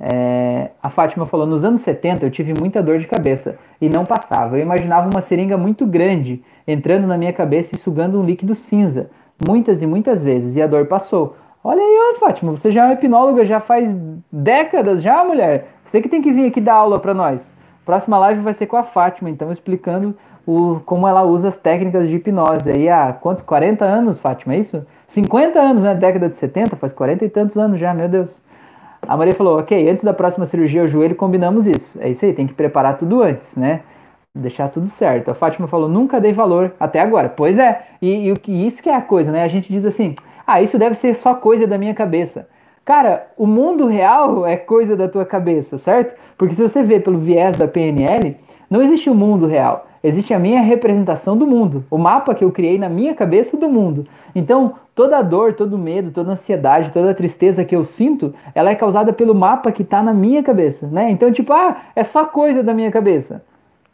A Fátima falou, nos anos 70 eu tive muita dor de cabeça e não passava. Eu imaginava uma seringa muito grande entrando na minha cabeça e sugando um líquido cinza, muitas e muitas vezes, e a dor passou. Olha aí, ó, Fátima, você já é uma hipnóloga já faz décadas já, mulher. Você que tem que vir aqui dar aula pra nós. Próxima live vai ser com a Fátima, então explicando como ela usa as técnicas de hipnose. Aí há quantos? 40 anos, Fátima, é isso? 50 anos, né? Década de 70, faz 40 e tantos anos já, meu Deus. A Maria falou, ok, antes da próxima cirurgia ao joelho combinamos isso. É isso aí, tem que preparar tudo antes, né? Deixar tudo certo. A Fátima falou, nunca dei valor até agora. Pois é, e isso que é a coisa, né? A gente diz assim, isso deve ser só coisa da minha cabeça. Cara, o mundo real é coisa da tua cabeça, certo? Porque se você vê pelo viés da PNL, não existe o mundo real. Existe a minha representação do mundo, o mapa que eu criei na minha cabeça do mundo. Então, toda a dor, todo o medo, toda a ansiedade, toda a tristeza que eu sinto, ela é causada pelo mapa que está na minha cabeça, né? Então, tipo, é só coisa da minha cabeça,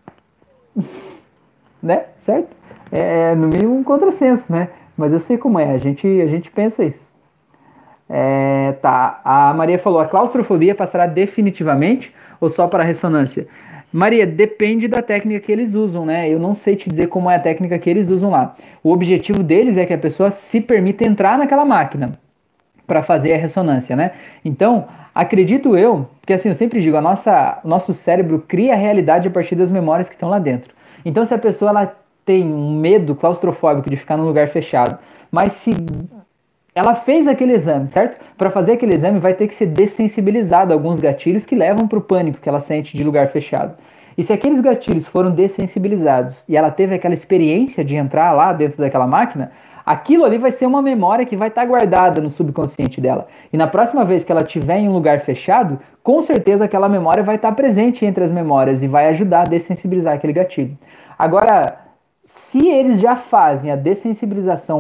né? Certo? No mínimo um contrassenso, né? Mas eu sei como é, a gente pensa isso. Tá, a Maria falou, a claustrofobia passará definitivamente ou só para ressonância? Maria, depende da técnica que eles usam, né? Eu não sei te dizer como é a técnica que eles usam lá. O objetivo deles é que a pessoa se permita entrar naquela máquina para fazer a ressonância, né? Então, acredito eu, porque assim, eu sempre digo, o nosso cérebro cria a realidade a partir das memórias que estão lá dentro. Então, se a pessoa ela tem um medo claustrofóbico de ficar num lugar fechado, mas se ela fez aquele exame, certo? Para fazer aquele exame vai ter que ser dessensibilizado a alguns gatilhos que levam para o pânico que ela sente de lugar fechado. E se aqueles gatilhos foram dessensibilizados e ela teve aquela experiência de entrar lá dentro daquela máquina, aquilo ali vai ser uma memória que vai estar guardada no subconsciente dela. E na próxima vez que ela estiver em um lugar fechado, com certeza aquela memória vai estar presente entre as memórias e vai ajudar a dessensibilizar aquele gatilho. Agora, se eles já fazem a dessensibilização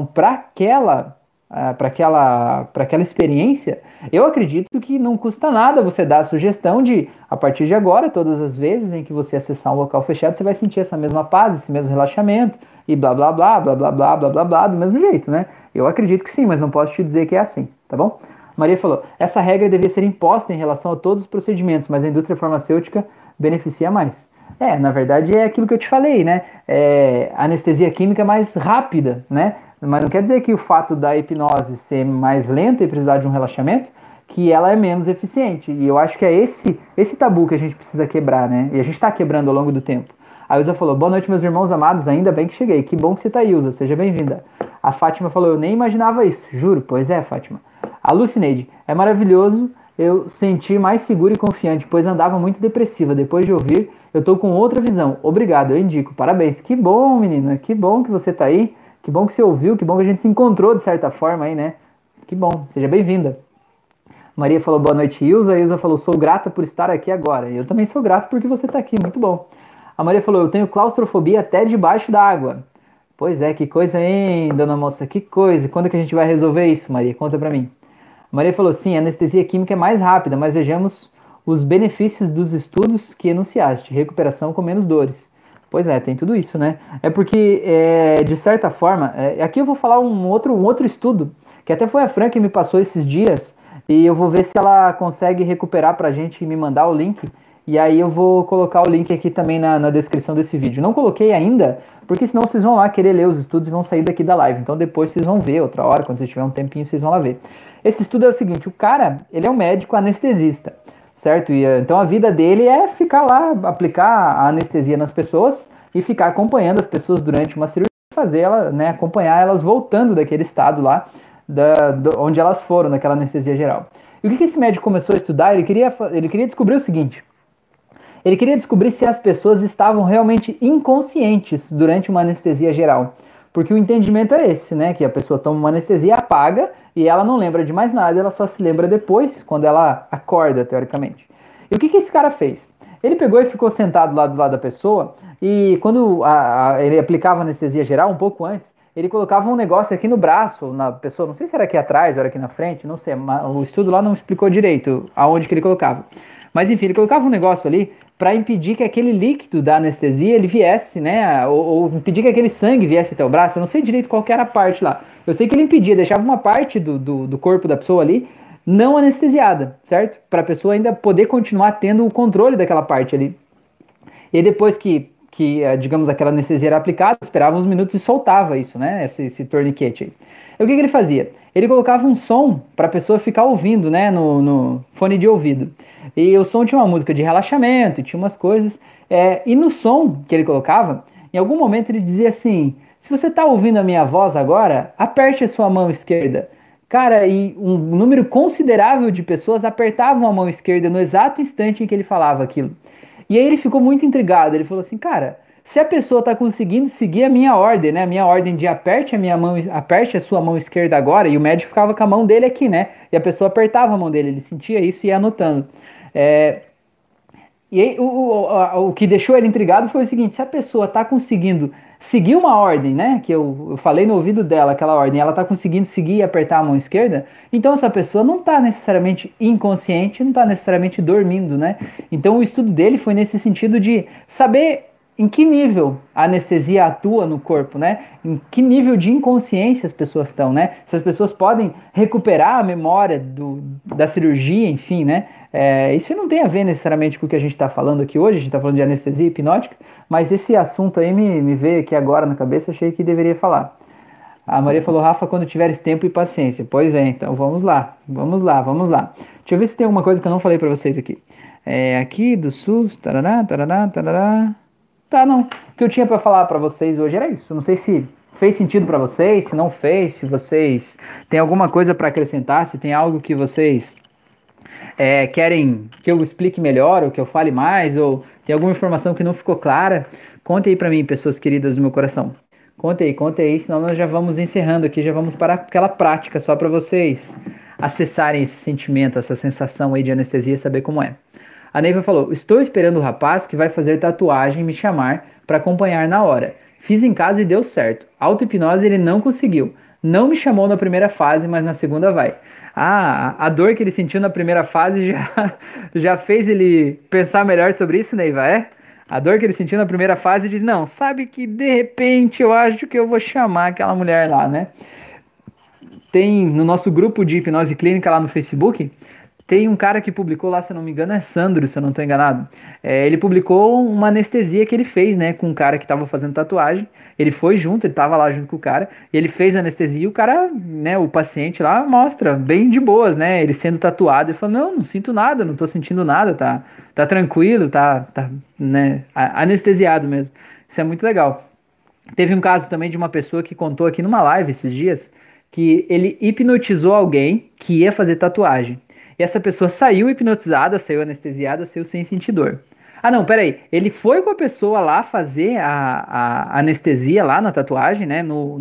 para aquela experiência, eu acredito que não custa nada você dar a sugestão de, a partir de agora, todas as vezes em que você acessar um local fechado, você vai sentir essa mesma paz, esse mesmo relaxamento, e blá blá blá, blá blá blá, blá blá blá, do mesmo jeito, né? Eu acredito que sim, mas não posso te dizer que é assim, tá bom? Maria falou, essa regra devia ser imposta em relação a todos os procedimentos, mas a indústria farmacêutica beneficia mais. Na verdade é aquilo que eu te falei, né? Anestesia química mais rápida, né? Mas não quer dizer que o fato da hipnose ser mais lenta e precisar de um relaxamento, que ela é menos eficiente. E eu acho que é esse tabu que a gente precisa quebrar, né? E a gente está quebrando ao longo do tempo. A Ilza falou, boa noite, meus irmãos amados, ainda bem que cheguei. Que bom que você está aí, Ilza, seja bem-vinda. A Fátima falou, eu nem imaginava isso, juro. Pois é, Fátima. A Lucineide, é maravilhoso eu sentir mais seguro e confiante, pois andava muito depressiva. Depois de ouvir, eu tô com outra visão. Obrigado, eu indico. Parabéns. Que bom, menina. Que bom que você tá aí. Que bom que você ouviu. Que bom que a gente se encontrou de certa forma aí, né? Que bom. Seja bem-vinda. Maria falou boa noite, Ilza. A Ilza falou, sou grata por estar aqui agora. Eu também sou grato porque você tá aqui. Muito bom. A Maria falou, eu tenho claustrofobia até debaixo da água. Pois é, que coisa, hein, dona moça? Que coisa. Quando que a gente vai resolver isso, Maria? Conta pra mim. Maria falou, sim, a anestesia química é mais rápida, mas vejamos os benefícios dos estudos que enunciaste. Recuperação com menos dores. Pois é, tem tudo isso, né? É porque, de certa forma, aqui eu vou falar um outro estudo, que até foi a Fran que me passou esses dias, e eu vou ver se ela consegue recuperar pra gente e me mandar o link, e aí eu vou colocar o link aqui também na descrição desse vídeo. Não coloquei ainda, porque senão vocês vão lá querer ler os estudos e vão sair daqui da live. Então depois vocês vão ver, outra hora, quando vocês tiverem um tempinho, vocês vão lá ver. Esse estudo é o seguinte, o cara, ele é um médico anestesista, certo? Então a vida dele é ficar lá, aplicar a anestesia nas pessoas e ficar acompanhando as pessoas durante uma cirurgia, fazer ela, né, acompanhar elas voltando daquele estado lá, onde elas foram, naquela anestesia geral. E o que esse médico começou a estudar? Ele queria descobrir o seguinte, ele queria descobrir se as pessoas estavam realmente inconscientes durante uma anestesia geral. Porque o entendimento é esse, né? Que a pessoa toma uma anestesia, apaga e ela não lembra de mais nada, ela só se lembra depois, quando ela acorda, teoricamente. E o que esse cara fez? Ele pegou e ficou sentado lá do lado da pessoa e quando ele aplicava anestesia geral, um pouco antes, ele colocava um negócio aqui no braço, na pessoa, não sei se era aqui atrás ou era aqui na frente, não sei, o estudo lá não explicou direito aonde que ele colocava. Mas enfim, ele colocava um negócio ali para impedir que aquele líquido da anestesia ele viesse, né? Ou impedir que aquele sangue viesse até o braço. Eu não sei direito qual que era a parte lá. Eu sei que ele impedia, deixava uma parte do corpo da pessoa ali não anestesiada, certo? Para a pessoa ainda poder continuar tendo o controle daquela parte ali. E aí depois digamos, aquela anestesia era aplicada, esperava uns minutos e soltava isso, né? Esse torniquete aí. E o que ele fazia? Ele colocava um som para a pessoa ficar ouvindo, né? No fone de ouvido. E o som tinha uma música de relaxamento, tinha umas coisas. E no som que ele colocava, em algum momento ele dizia assim: se você está ouvindo a minha voz agora, aperte a sua mão esquerda. Cara, e um número considerável de pessoas apertavam a mão esquerda no exato instante em que ele falava aquilo. E aí ele ficou muito intrigado. Ele falou assim, cara, se a pessoa está conseguindo seguir a minha ordem, né? A minha ordem de aperte a minha mão, aperte a sua mão esquerda agora, e o médico ficava com a mão dele aqui, né? E a pessoa apertava a mão dele, ele sentia isso e ia anotando. É, e aí, o que deixou ele intrigado foi o seguinte: se a pessoa está conseguindo seguir uma ordem, né? Que eu falei no ouvido dela, aquela ordem, ela está conseguindo seguir e apertar a mão esquerda, então essa pessoa não está necessariamente inconsciente, não está necessariamente dormindo, né? Então o estudo dele foi nesse sentido de saber em que nível a anestesia atua no corpo, né? Em que nível de inconsciência as pessoas estão, né? Se as pessoas podem recuperar a memória da cirurgia, enfim, né? Isso não tem a ver necessariamente com o que a gente está falando aqui hoje, a gente está falando de anestesia hipnótica, mas esse assunto aí me veio aqui agora na cabeça, achei que deveria falar. A Maria falou, Rafa, quando tiveres tempo e paciência. Pois é, então vamos lá, vamos lá, vamos lá. Deixa eu ver se tem alguma coisa que eu não falei para vocês aqui. Aqui do SUS, tarará, tarará, tarará. Tá, não. O que eu tinha para falar para vocês hoje era isso. Não sei se fez sentido para vocês, se não fez, se vocês têm alguma coisa para acrescentar, se tem algo que vocês querem que eu explique melhor, ou que eu fale mais, ou tem alguma informação que não ficou clara, conte aí para mim, pessoas queridas do meu coração. Conte aí, senão nós já vamos encerrando aqui, já vamos para aquela prática só para vocês acessarem esse sentimento, essa sensação aí de anestesia e saber como é. A Neiva falou: estou esperando o rapaz que vai fazer tatuagem me chamar para acompanhar na hora. Fiz em casa e deu certo. Auto-hipnose ele não conseguiu. Não me chamou na primeira fase, mas na segunda vai. Ah, a dor que ele sentiu na primeira fase já fez ele pensar melhor sobre isso, Neiva, é? A dor que ele sentiu na primeira fase diz: não, sabe que de repente eu acho que eu vou chamar aquela mulher lá, né? Tem no nosso grupo de hipnose clínica lá no Facebook, tem um cara que publicou lá, se eu não me engano, é Sandro, se eu não estou enganado. Ele publicou uma anestesia que ele fez, né, com um cara que estava fazendo tatuagem. Ele foi junto, ele estava lá junto com o cara, e ele fez a anestesia e o cara, né, o paciente lá mostra bem de boas, né, ele sendo tatuado. Ele falou, não sinto nada, não estou sentindo nada, tá tranquilo, né, anestesiado mesmo. Isso é muito legal. Teve um caso também de uma pessoa que contou aqui numa live esses dias que ele hipnotizou alguém que ia fazer tatuagem. E essa pessoa saiu hipnotizada, saiu anestesiada, saiu sem sentir dor. Ah, não, peraí. Ele foi com a pessoa lá fazer a anestesia lá na tatuagem, né?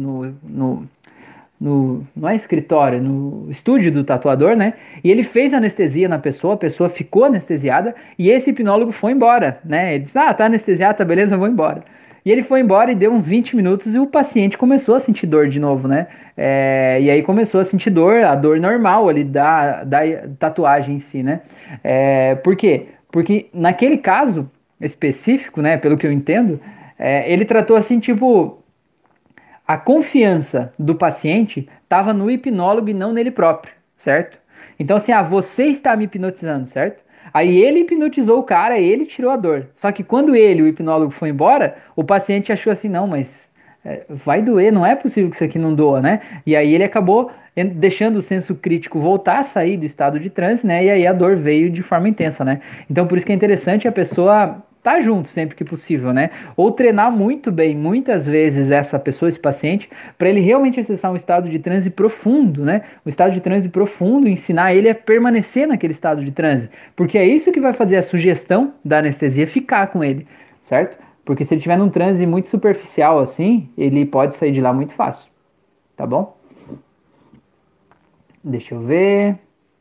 Não é escritório, no estúdio do tatuador, né? E ele fez anestesia na pessoa, a pessoa ficou anestesiada e esse hipnólogo foi embora, né? Ele disse, tá anestesiado, tá beleza, eu vou embora. E ele foi embora e deu uns 20 minutos e o paciente começou a sentir dor de novo, né? E aí começou a sentir dor, a dor normal ali da tatuagem em si, né? Por quê? Porque naquele caso específico, né, pelo que eu entendo, ele tratou assim, tipo, a confiança do paciente estava no hipnólogo e não nele próprio, certo? Então, assim, você está me hipnotizando, certo? Aí ele hipnotizou o cara, ele tirou a dor. Só que quando o hipnólogo, foi embora, o paciente achou assim, não, mas vai doer, não é possível que isso aqui não doa, né? E aí ele acabou deixando o senso crítico voltar a sair do estado de transe, né? E aí a dor veio de forma intensa, né? Então por isso que é interessante a pessoa tá junto sempre que possível, né? Ou treinar muito bem, muitas vezes, essa pessoa, esse paciente, para ele realmente acessar um estado de transe profundo, né? Um estado de transe profundo, ensinar ele a permanecer naquele estado de transe, porque é isso que vai fazer a sugestão da anestesia ficar com ele, certo? Porque se ele estiver num transe muito superficial assim, ele pode sair de lá muito fácil, tá bom? Deixa eu ver.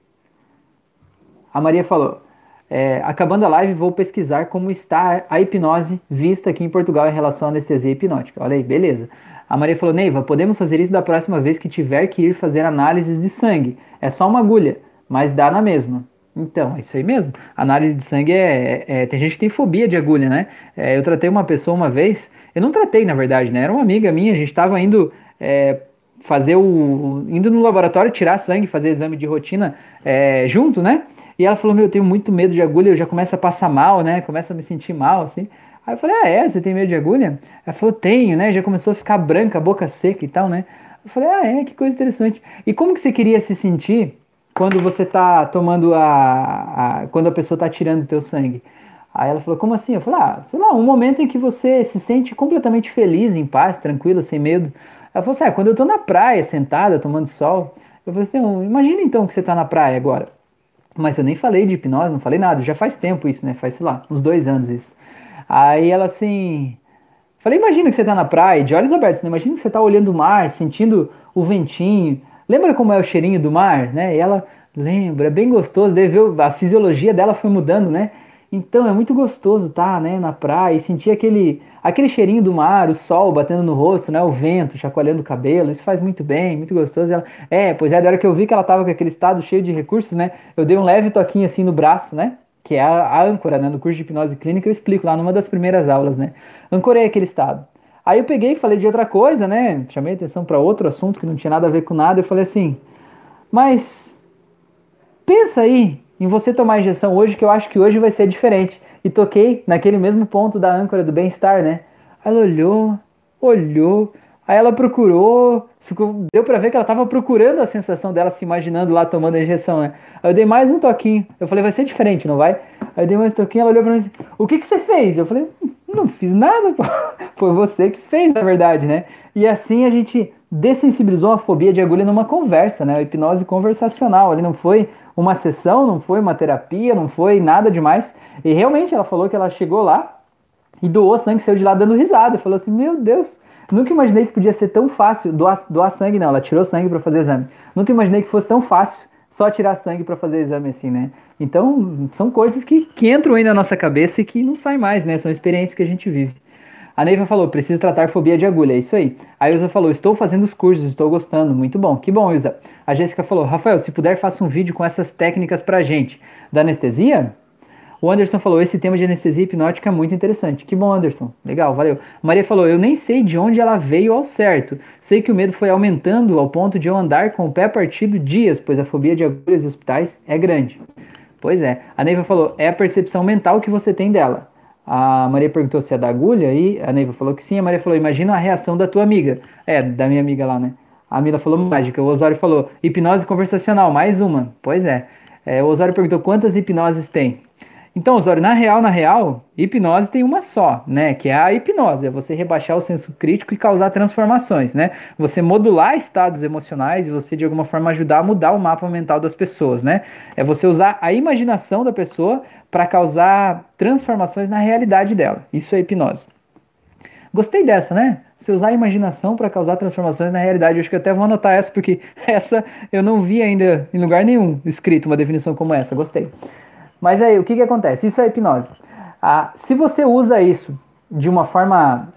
A Maria falou: acabando a live, vou pesquisar como está a hipnose vista aqui em Portugal em relação à anestesia hipnótica. Olha aí, beleza. A Maria falou: Neiva, podemos fazer isso da próxima vez que tiver que ir fazer análises de sangue. É só uma agulha, mas dá na mesma. Então, é isso aí mesmo. Análise de sangue tem gente que tem fobia de agulha, né? Eu tratei uma pessoa uma vez, eu não tratei, na verdade, né? Era uma amiga minha, a gente estava indo indo no laboratório tirar sangue, fazer exame de rotina junto, né? E ela falou, meu, eu tenho muito medo de agulha, eu já começo a passar mal, né? Começo a me sentir mal, assim. Aí eu falei, você tem medo de agulha? Ela falou, tenho, né? Já começou a ficar branca, a boca seca e tal, né? Eu falei, que coisa interessante. E como que você queria se sentir quando você tá tomando quando a pessoa tá tirando o teu sangue? Aí ela falou, como assim? Eu falei, sei lá, um momento em que você se sente completamente feliz, em paz, tranquila, sem medo. Ela falou assim, quando eu tô na praia, sentada, tomando sol. Eu falei assim, imagina então que você tá na praia agora. Mas eu nem falei de hipnose, não falei nada, já faz tempo isso, né? Faz, sei lá, uns 2 anos isso. Aí ela assim, falei, imagina que você tá na praia, de olhos abertos, né? Imagina que você tá olhando o mar, sentindo o ventinho. Lembra como é o cheirinho do mar, né? E ela lembra, é bem gostoso. Daí viu, a fisiologia dela foi mudando, né? Então é muito gostoso tá, né, na praia e sentir aquele cheirinho do mar, o sol batendo no rosto, né? O vento chacoalhando o cabelo. Isso faz muito bem, muito gostoso. Ela, pois é, da hora que eu vi que ela tava com aquele estado cheio de recursos, né? Eu dei um leve toquinho assim no braço, né? Que é a âncora, né? No curso de hipnose clínica eu explico lá numa das primeiras aulas, né? Ancorei aquele estado. Aí eu peguei e falei de outra coisa, né? Chamei atenção para outro assunto que não tinha nada a ver com nada. Eu falei assim, mas pensa aí em você tomar a injeção hoje, que eu acho que hoje vai ser diferente. E toquei naquele mesmo ponto da âncora do bem-estar, né? Aí ela olhou, olhou, aí ela procurou, deu pra ver que ela tava procurando a sensação dela, se imaginando lá tomando a injeção, né? Aí eu dei mais um toquinho, eu falei, vai ser diferente, não vai? Aí eu dei mais um toquinho, ela olhou pra mim assim, o que que você fez? Eu falei, não fiz nada, pô. Foi você que fez, na verdade, né? E assim a gente dessensibilizou a fobia de agulha numa conversa, né? A hipnose conversacional, ali não foi uma sessão, não foi uma terapia, não foi nada demais. E realmente ela falou que ela chegou lá e doou sangue, saiu de lá dando risada. Falou assim, meu Deus, nunca imaginei que podia ser tão fácil doar sangue, não. Ela tirou sangue para fazer exame. Nunca imaginei que fosse tão fácil só tirar sangue para fazer exame assim, né? Então, são coisas que entram aí na nossa cabeça e que não saem mais, né? São experiências que a gente vive. A Neiva falou, preciso tratar fobia de agulha, é isso aí. A Ilza falou, estou fazendo os cursos, estou gostando, muito bom. Que bom, Ilza. A Jéssica falou, Rafael, se puder, faça um vídeo com essas técnicas pra gente. Da anestesia? O Anderson falou, esse tema de anestesia hipnótica é muito interessante. Que bom, Anderson. Legal, valeu. Maria falou, eu nem sei de onde ela veio ao certo. Sei que o medo foi aumentando ao ponto de eu andar com o pé partido dias, pois a fobia de agulhas e hospitais é grande. Pois é. A Neiva falou, é a percepção mental que você tem dela. A Maria perguntou se é da agulha e a Neiva falou que sim. A Maria falou, imagina a reação da tua amiga. Da minha amiga lá, né? A Mila falou mágica. O Osório falou, hipnose conversacional, mais uma. Pois é. O Osório perguntou quantas hipnoses tem. Então, Osório, na real, hipnose tem uma só, né? Que é a hipnose, é você rebaixar o senso crítico e causar transformações, né? Você modular estados emocionais e você, de alguma forma, ajudar a mudar o mapa mental das pessoas, né? É você usar a imaginação da pessoa para causar transformações na realidade dela. Isso é hipnose. Gostei dessa, né? Você usar a imaginação para causar transformações na realidade. Eu acho que eu até vou anotar essa, porque essa eu não vi ainda em lugar nenhum escrito uma definição como essa. Gostei. Mas aí, o que acontece? Isso é hipnose. Se você usa isso de uma forma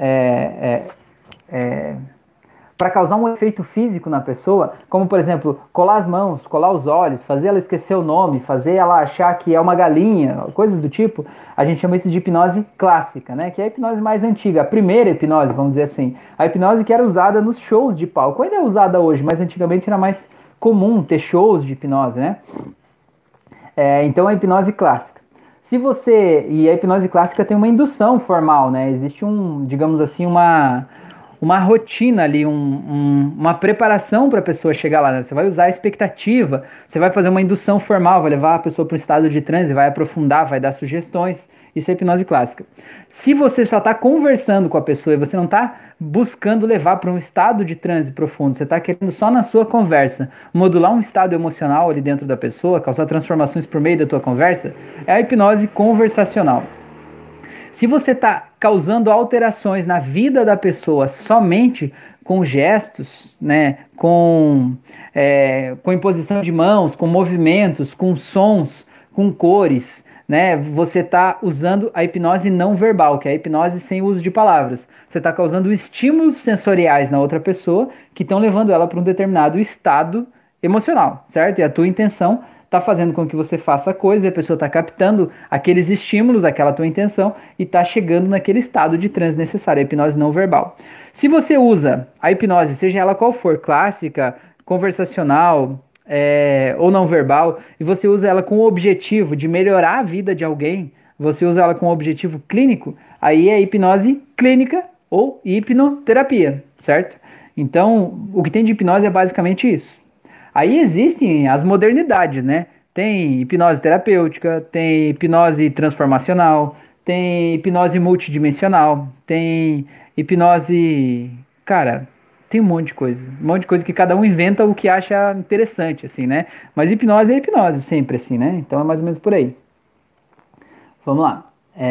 para causar um efeito físico na pessoa, como por exemplo, colar as mãos, colar os olhos, fazer ela esquecer o nome, fazer ela achar que é uma galinha, coisas do tipo, a gente chama isso de hipnose clássica, né? Que é a hipnose mais antiga, a primeira hipnose, vamos dizer assim. A hipnose que era usada nos shows de palco, ainda é usada hoje, mas antigamente era mais comum ter shows de hipnose, né? Então a hipnose clássica. E a hipnose clássica tem uma indução formal, né? Existe digamos assim, uma rotina ali, uma preparação para a pessoa chegar lá, né? Você vai usar a expectativa, você vai fazer uma indução formal, vai levar a pessoa para um estado de transe, vai aprofundar, vai dar sugestões. Isso é hipnose clássica. Se você só está conversando com a pessoa e você não está buscando levar para um estado de transe profundo, você está querendo só na sua conversa modular um estado emocional ali dentro da pessoa, causar transformações por meio da tua conversa, é a hipnose conversacional. Se você está causando alterações na vida da pessoa somente com gestos, né, com imposição de mãos, com movimentos, com sons, com cores, né, você está usando a hipnose não verbal, que é a hipnose sem uso de palavras. Você está causando estímulos sensoriais na outra pessoa que estão levando ela para um determinado estado emocional, certo? E a tua intenção tá fazendo com que você faça coisa, e a pessoa tá captando aqueles estímulos, aquela tua intenção, e tá chegando naquele estado de transe necessário, a hipnose não verbal. Se você usa a hipnose, seja ela qual for, clássica, conversacional, ou não verbal, e você usa ela com o objetivo de melhorar a vida de alguém, você usa ela com o objetivo clínico, aí é hipnose clínica ou hipnoterapia, certo? Então, o que tem de hipnose é basicamente isso. Aí existem as modernidades, né? Tem hipnose terapêutica, tem hipnose transformacional, tem hipnose multidimensional, tem hipnose. Cara, tem um monte de coisa. Um monte de coisa que cada um inventa o que acha interessante, assim, né? Mas hipnose é hipnose, sempre assim, né? Então é mais ou menos por aí. Vamos lá.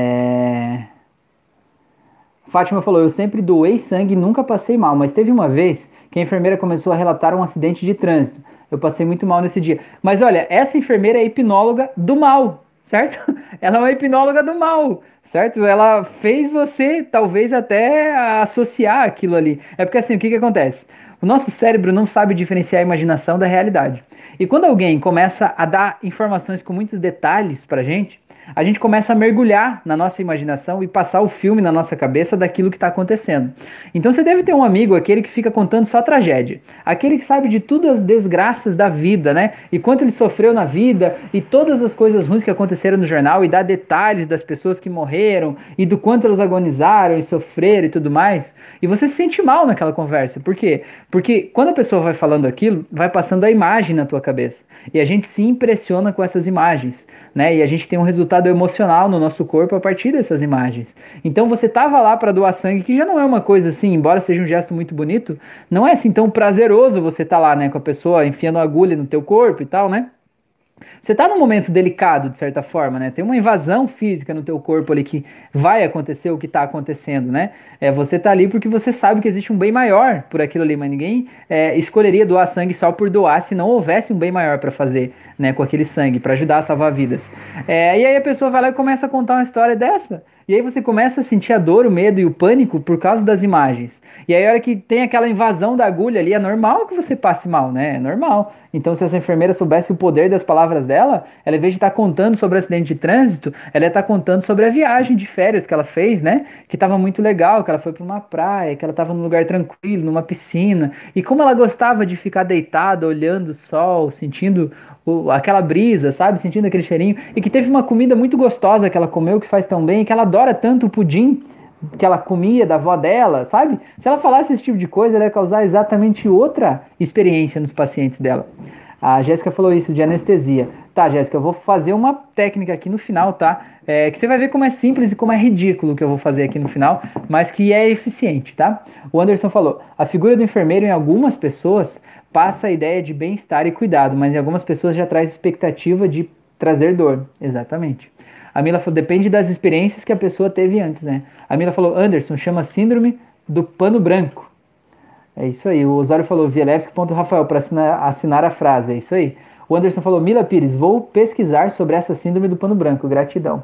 Fátima falou: Eu sempre doei sangue e nunca passei mal, mas teve uma vez que a enfermeira começou a relatar um acidente de trânsito. Eu passei muito mal nesse dia. Mas olha, essa enfermeira é hipnóloga do mal, certo? Ela é uma hipnóloga do mal, certo? Ela fez você talvez até associar aquilo ali. É porque assim, o que que acontece? O nosso cérebro não sabe diferenciar a imaginação da realidade. E quando alguém começa a dar informações com muitos detalhes pra gente, a gente começa a mergulhar na nossa imaginação e passar o filme na nossa cabeça daquilo que está acontecendo. Então você deve ter um amigo, aquele que fica contando só tragédia, aquele que sabe de todas as desgraças da vida, né? E quanto ele sofreu na vida e todas as coisas ruins que aconteceram no jornal e dá detalhes das pessoas que morreram e do quanto elas agonizaram e sofreram e tudo mais. E você se sente mal naquela conversa. Por quê? Porque quando a pessoa vai falando aquilo, vai passando a imagem na tua cabeça. E a gente se impressiona com essas imagens, né? E a gente tem um resultado emocional no nosso corpo a partir dessas imagens. Então você tava lá para doar sangue, que já não é uma coisa assim, embora seja um gesto muito bonito, não é assim tão prazeroso você tá lá, né, com a pessoa enfiando agulha no teu corpo e tal, né? Você tá num momento delicado, de certa forma, né? Tem uma invasão física no teu corpo ali que vai acontecer o que tá acontecendo, né? Você tá ali porque você sabe que existe um bem maior por aquilo ali, mas ninguém escolheria doar sangue só por doar se não houvesse um bem maior para fazer, né? Com aquele sangue, para ajudar a salvar vidas. E aí a pessoa vai lá e começa a contar uma história dessa. E aí você começa a sentir a dor, o medo e o pânico por causa das imagens. E aí a hora que tem aquela invasão da agulha ali, é normal que você passe mal, né? É normal. Então se essa enfermeira soubesse o poder das palavras dela, ela, em vez de estar contando sobre o acidente de trânsito, ela ia estar contando sobre a viagem de férias que ela fez, né? Que estava muito legal, que ela foi para uma praia, que ela estava num lugar tranquilo, numa piscina. E como ela gostava de ficar deitada, olhando o sol, sentindo aquela brisa, sabe? Sentindo aquele cheirinho. E que teve uma comida muito gostosa que ela comeu, que faz tão bem, que ela adora tanto o pudim que ela comia da avó dela, sabe? Se ela falasse esse tipo de coisa, ela ia causar exatamente outra experiência nos pacientes dela. A Jéssica falou isso de anestesia. Tá, Jéssica, eu vou fazer uma técnica aqui no final, tá? Que você vai ver como é simples e como é ridículo que eu vou fazer aqui no final, mas que é eficiente, tá? O Anderson falou: a figura do enfermeiro em algumas pessoas passa a ideia de bem-estar e cuidado, mas em algumas pessoas já traz expectativa de trazer dor. Exatamente. A Mila falou: depende das experiências que a pessoa teve antes, né? A Mila falou: Anderson, chama síndrome do pano branco. É isso aí. O Osório falou: Vielewski.Rafael para assinar a frase. É isso aí. O Anderson falou: Mila Pires, vou pesquisar sobre essa síndrome do pano branco. Gratidão.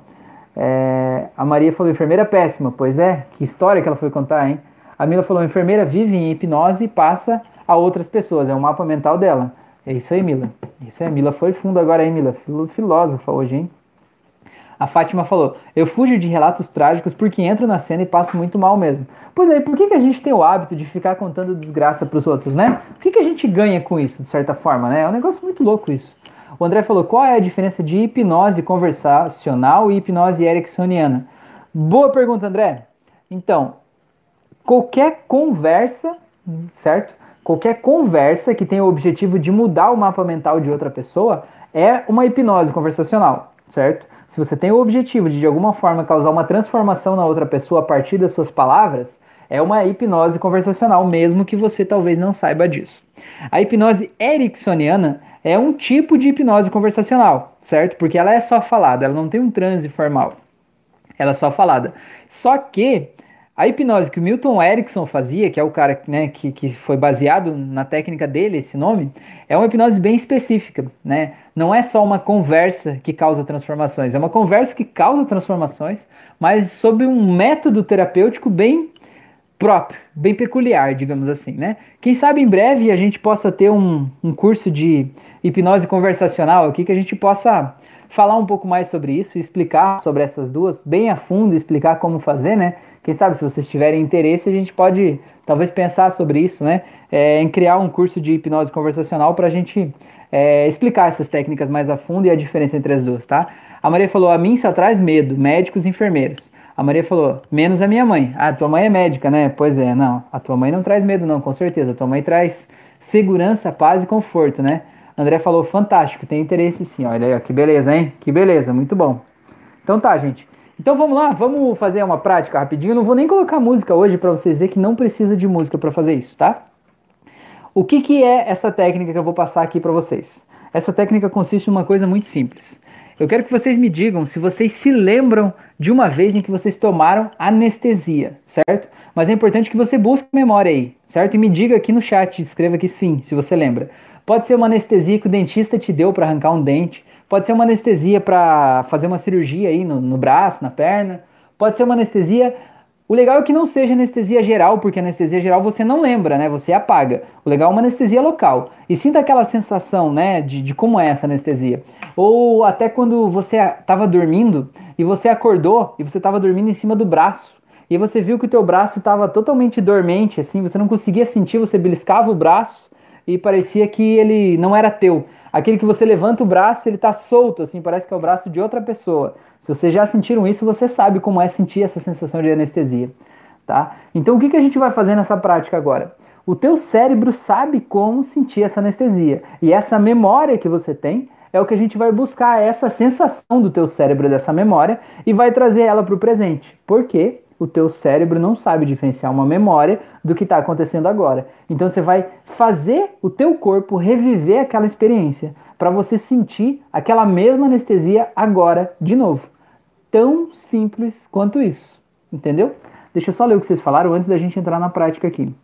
A Maria falou: enfermeira péssima. Pois é, que história que ela foi contar, hein? A Mila falou: enfermeira vive em hipnose e passa a outras pessoas. É um mapa mental dela. É isso aí, Mila. Isso aí, Mila foi fundo agora, hein, Mila? Filósofa hoje, hein? A Fátima falou: eu fujo de relatos trágicos porque entro na cena e passo muito mal mesmo. Pois é, por que a gente tem o hábito de ficar contando desgraça pros outros, né? O que a gente ganha com isso, de certa forma, né? É um negócio muito louco isso. O André falou: qual é a diferença de hipnose conversacional e hipnose ericksoniana? Boa pergunta, André. Então, qualquer conversa, certo? Qualquer conversa que tenha o objetivo de mudar o mapa mental de outra pessoa é uma hipnose conversacional, certo? Se você tem o objetivo de alguma forma causar uma transformação na outra pessoa a partir das suas palavras, é uma hipnose conversacional, mesmo que você talvez não saiba disso. A hipnose ericksoniana é um tipo de hipnose conversacional, certo? Porque ela é só falada, ela não tem um transe formal. Ela é só falada. Só que a hipnose que o Milton Erickson fazia, que é o cara, né, que foi baseado na técnica dele, esse nome, é uma hipnose bem específica, né? Não é só uma conversa que causa transformações, é uma conversa que causa transformações, mas sob um método terapêutico bem próprio, bem peculiar, digamos assim, né? Quem sabe em breve a gente possa ter um curso de hipnose conversacional aqui que a gente possa falar um pouco mais sobre isso, explicar sobre essas duas bem a fundo, explicar como fazer, né? Quem sabe se vocês tiverem interesse a gente pode talvez pensar sobre isso, né? Em criar um curso de hipnose conversacional para a gente explicar essas técnicas mais a fundo e a diferença entre as duas, tá? A Maria falou: a mim só traz medo, médicos e enfermeiros. A Maria falou: menos a minha mãe. Ah, tua mãe é médica, né? Pois é, não. A tua mãe não traz medo, não, com certeza. A tua mãe traz segurança, paz e conforto, né? André falou: fantástico, tem interesse sim. Olha aí, ó, que beleza, hein? Que beleza, muito bom. Então tá, gente. Então vamos lá, vamos fazer uma prática rapidinho. Eu não vou nem colocar música hoje para vocês verem que não precisa de música para fazer isso, tá? O que que é essa técnica que eu vou passar aqui para vocês? Essa técnica consiste em uma coisa muito simples. Eu quero que vocês me digam se vocês se lembram de uma vez em que vocês tomaram anestesia, certo? Mas é importante que você busque memória aí, certo? E me diga aqui no chat, escreva que sim, se você lembra. Pode ser uma anestesia que o dentista te deu para arrancar um dente, pode ser uma anestesia para fazer uma cirurgia aí no braço, na perna, pode ser uma anestesia. O legal é que não seja anestesia geral, porque anestesia geral você não lembra, né? Você apaga. O legal é uma anestesia local. E sinta aquela sensação, né, de como é essa anestesia. Ou até quando você estava dormindo e você acordou e você estava dormindo em cima do braço. E você viu que o teu braço estava totalmente dormente, assim, você não conseguia sentir, você beliscava o braço e parecia que ele não era teu. Aquele que você levanta o braço, ele está solto, assim, parece que é o braço de outra pessoa. Se vocês já sentiram isso, você sabe como é sentir essa sensação de anestesia, tá? Então o que que a gente vai fazer nessa prática agora? O teu cérebro sabe como sentir essa anestesia. E essa memória que você tem é o que a gente vai buscar, essa sensação do teu cérebro dessa memória e vai trazer ela para o presente. Por quê? O teu cérebro não sabe diferenciar uma memória do que está acontecendo agora. Então você vai fazer o teu corpo reviver aquela experiência para você sentir aquela mesma anestesia agora de novo. Tão simples quanto isso, entendeu? Deixa eu só ler o que vocês falaram antes da gente entrar na prática aqui.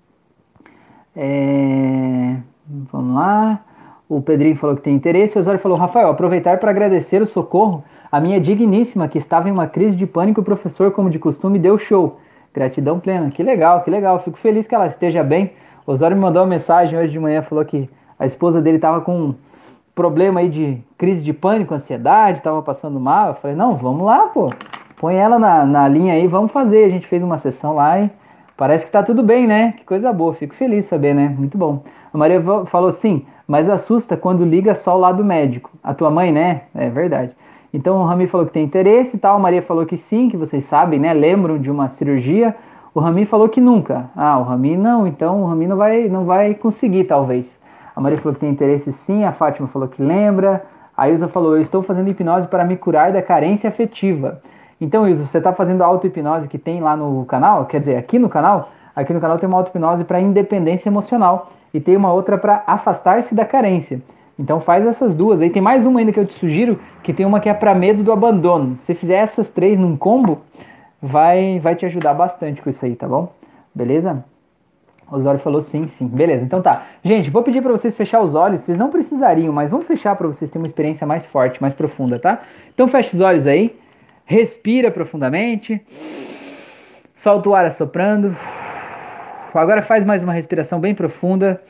Vamos lá. O Pedrinho falou que tem interesse. O Osório falou: Rafael, aproveitar para agradecer o socorro à minha digníssima, que estava em uma crise de pânico. O professor, como de costume, deu show. Gratidão plena. Que legal, que legal. Fico feliz que ela esteja bem. O Osório me mandou uma mensagem hoje de manhã, falou que a esposa dele estava com um problema aí de crise de pânico, ansiedade, estava passando mal. Eu falei: não, vamos lá, pô. Põe ela na linha aí, vamos fazer. A gente fez uma sessão lá e parece que tá tudo bem, né? Que coisa boa, fico feliz de saber, né? Muito bom. A Maria falou: sim, mas assusta quando liga só o lado médico. A tua mãe, né? É verdade. Então o Rami falou que tem interesse e tal. A Maria falou que sim, que vocês sabem, né? Lembram de uma cirurgia. O Rami falou que nunca. Ah, o Rami não, então o Rami não vai conseguir, talvez. A Maria falou que tem interesse sim. A Fátima falou que lembra. A Ilza falou: eu estou fazendo hipnose para me curar da carência afetiva. Então, Ilza, você está fazendo a auto-hipnose que tem lá no canal? Quer dizer, aqui no canal? Aqui no canal tem uma auto-hipnose para independência emocional e tem uma outra para afastar-se da carência. Então faz essas duas. Aí tem mais uma ainda que eu te sugiro, que tem uma que é para medo do abandono. Se você fizer essas três num combo, vai te ajudar bastante com isso aí, tá bom? Beleza? O Osório falou sim, sim. Beleza, então tá. Gente, vou pedir para vocês fechar os olhos. Vocês não precisariam, mas vamos fechar para vocês terem uma experiência mais forte, mais profunda, tá? Então fecha os olhos aí. Respira profundamente. Solta o ar assoprando. Agora faz mais uma respiração bem profunda.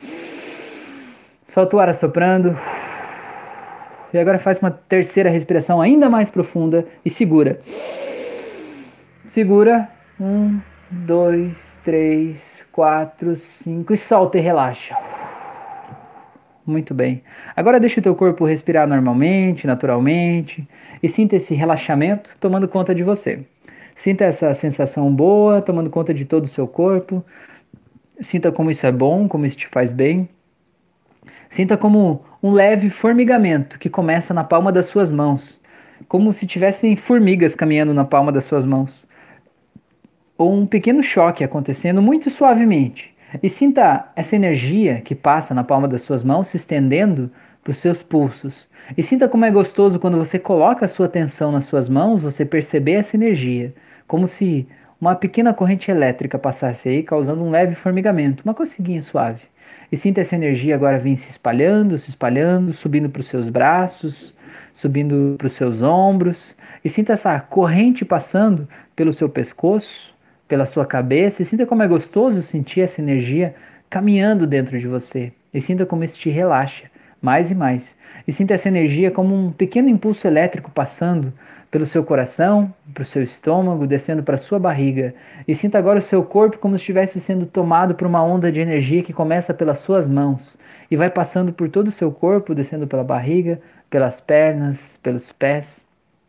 Solta o ar assoprando. E agora faz uma terceira respiração ainda mais profunda e segura. Segura. 1, 2, 3, 4, 5 e solta e relaxa. Muito bem. Agora deixa o teu corpo respirar normalmente, naturalmente e sinta esse relaxamento tomando conta de você. Sinta essa sensação boa tomando conta de todo o seu corpo. Sinta como isso é bom, como isso te faz bem. Sinta como um leve formigamento que começa na palma das suas mãos, como se tivessem formigas caminhando na palma das suas mãos. Ou um pequeno choque acontecendo muito suavemente. E sinta essa energia que passa na palma das suas mãos se estendendo para os seus pulsos. E sinta como é gostoso quando você coloca a sua atenção nas suas mãos, você perceber essa energia, como se uma pequena corrente elétrica passasse aí, causando um leve formigamento, uma coceguinha suave. E sinta essa energia agora vir se espalhando, subindo para os seus braços, subindo para os seus ombros. E sinta essa corrente passando pelo seu pescoço, pela sua cabeça e sinta como é gostoso sentir essa energia caminhando dentro de você. E sinta como isso te relaxa mais e mais. E sinta essa energia como um pequeno impulso elétrico passando pelo seu coração, para o seu estômago, descendo para a sua barriga. E sinta agora o seu corpo como se estivesse sendo tomado por uma onda de energia que começa pelas suas mãos e vai passando por todo o seu corpo, descendo pela barriga, pelas pernas, pelos pés.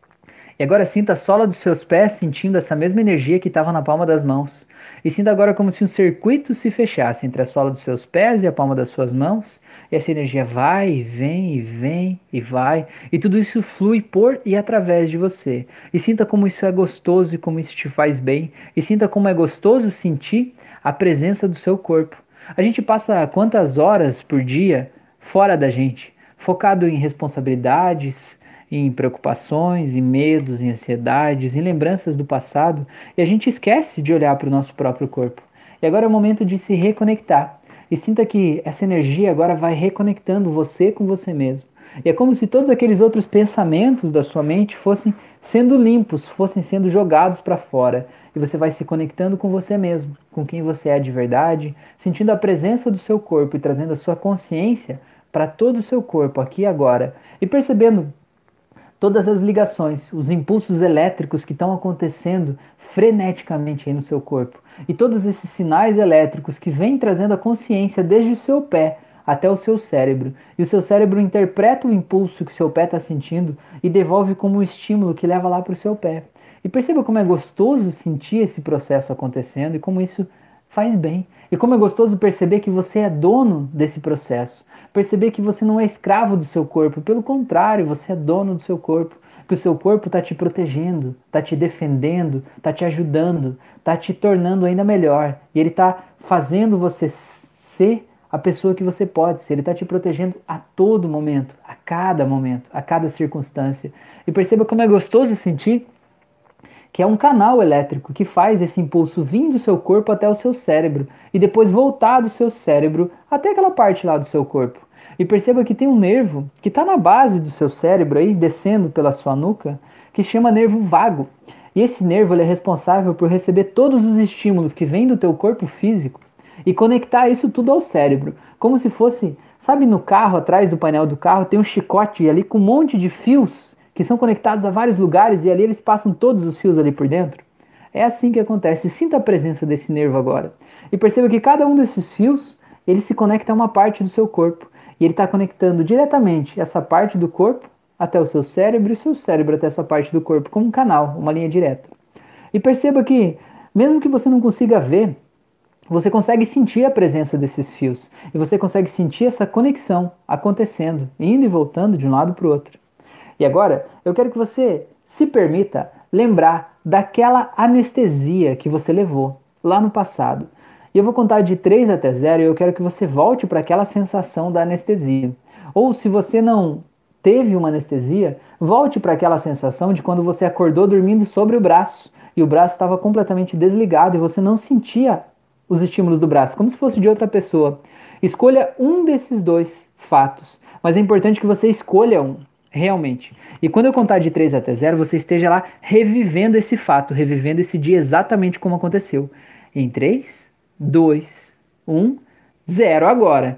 E agora sinta a sola dos seus pés sentindo essa mesma energia que estava na palma das mãos. E sinta agora como se um circuito se fechasse entre a sola dos seus pés e a palma das suas mãos. E essa energia vai e vem e vem e vai. E tudo isso flui por e através de você. E sinta como isso é gostoso e como isso te faz bem. E sinta como é gostoso sentir a presença do seu corpo. A gente passa quantas horas por dia fora da gente, focado em responsabilidades, em preocupações, em medos, em ansiedades, em lembranças do passado, e a gente esquece de olhar para o nosso próprio corpo. E agora é o momento de se reconectar. E sinta que essa energia agora vai reconectando você com você mesmo. E é como se todos aqueles outros pensamentos da sua mente fossem sendo limpos, fossem sendo jogados para fora. E você vai se conectando com você mesmo, com quem você é de verdade, sentindo a presença do seu corpo e trazendo a sua consciência para todo o seu corpo aqui e agora. E percebendo todas as ligações, os impulsos elétricos que estão acontecendo freneticamente aí no seu corpo. E todos esses sinais elétricos que vêm trazendo a consciência desde o seu pé até o seu cérebro. E o seu cérebro interpreta o impulso que o seu pé está sentindo e devolve como um estímulo que leva lá para o seu pé. E perceba como é gostoso sentir esse processo acontecendo e como isso faz bem. E como é gostoso perceber que você é dono desse processo. Perceber que você não é escravo do seu corpo, pelo contrário, você é dono do seu corpo. Que o seu corpo está te protegendo, está te defendendo, está te ajudando, está te tornando ainda melhor. E ele está fazendo você ser a pessoa que você pode ser. Ele está te protegendo a todo momento, a cada circunstância. E perceba como é gostoso sentir que é um canal elétrico que faz esse impulso vir do seu corpo até o seu cérebro e depois voltar do seu cérebro até aquela parte lá do seu corpo. E perceba que tem um nervo que está na base do seu cérebro aí, descendo pela sua nuca, que chama nervo vago. E esse nervo ele é responsável por receber todos os estímulos que vêm do teu corpo físico e conectar isso tudo ao cérebro, como se fosse, sabe, no carro, atrás do painel do carro, tem um chicote ali com um monte de fios que são conectados a vários lugares e ali eles passam todos os fios ali por dentro. É assim que acontece. Sinta a presença desse nervo agora. E perceba que cada um desses fios, ele se conecta a uma parte do seu corpo. E ele está conectando diretamente essa parte do corpo até o seu cérebro e o seu cérebro até essa parte do corpo, como um canal, uma linha direta. E perceba que, mesmo que você não consiga ver, você consegue sentir a presença desses fios. E você consegue sentir essa conexão acontecendo, indo e voltando de um lado para o outro. E agora, eu quero que você se permita lembrar daquela anestesia que você levou lá no passado. E eu vou contar de 3 até 0 e eu quero que você volte para aquela sensação da anestesia. Ou se você não teve uma anestesia, volte para aquela sensação de quando você acordou dormindo sobre o braço e o braço estava completamente desligado e você não sentia os estímulos do braço, como se fosse de outra pessoa. Escolha um desses dois fatos, mas é importante que você escolha um. Realmente. E quando eu contar de 3 até 0, você esteja lá revivendo esse fato, revivendo esse dia exatamente como aconteceu. Em 3, 2, 1, 0 agora.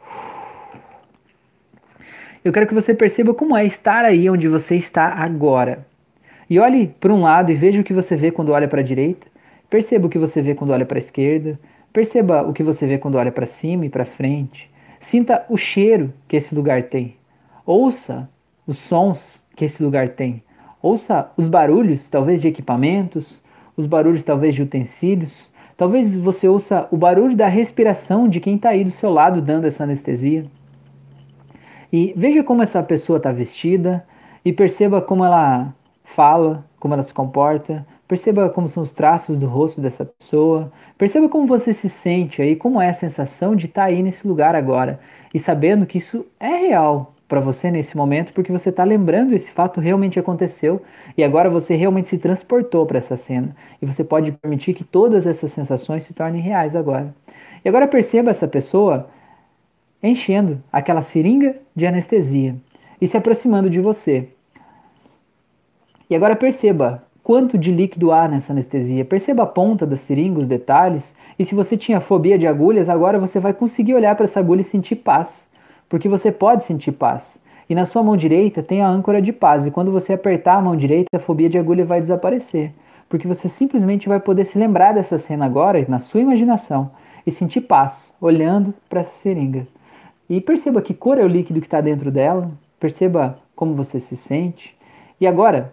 Eu quero que você perceba como é estar aí onde você está agora. E olhe para um lado e veja o que você vê quando olha para a direita. Perceba o que você vê quando olha para a esquerda. Perceba o que você vê quando olha para cima e para frente. Sinta o cheiro que esse lugar tem. Ouça os sons que esse lugar tem. Ouça os barulhos, talvez de equipamentos, os barulhos talvez de utensílios. Talvez você ouça o barulho da respiração de quem está aí do seu lado dando essa anestesia. E veja como essa pessoa está vestida e perceba como ela fala, como ela se comporta. Perceba como são os traços do rosto dessa pessoa. Perceba como você se sente aí, como é a sensação de estar aí nesse lugar agora. E sabendo que isso é real para você nesse momento, porque você está lembrando esse fato realmente aconteceu e agora você realmente se transportou para essa cena. E você pode permitir que todas essas sensações se tornem reais agora. E agora perceba essa pessoa enchendo aquela seringa de anestesia e se aproximando de você. E agora perceba quanto de líquido há nessa anestesia. Perceba a ponta da seringa, os detalhes. E se você tinha fobia de agulhas, agora você vai conseguir olhar para essa agulha e sentir paz. Porque você pode sentir paz. E na sua mão direita tem a âncora de paz. E quando você apertar a mão direita, a fobia de agulha vai desaparecer. Porque você simplesmente vai poder se lembrar dessa cena agora, na sua imaginação, e sentir paz, olhando para essa seringa. E perceba que cor é o líquido que está dentro dela. Perceba como você se sente. E agora,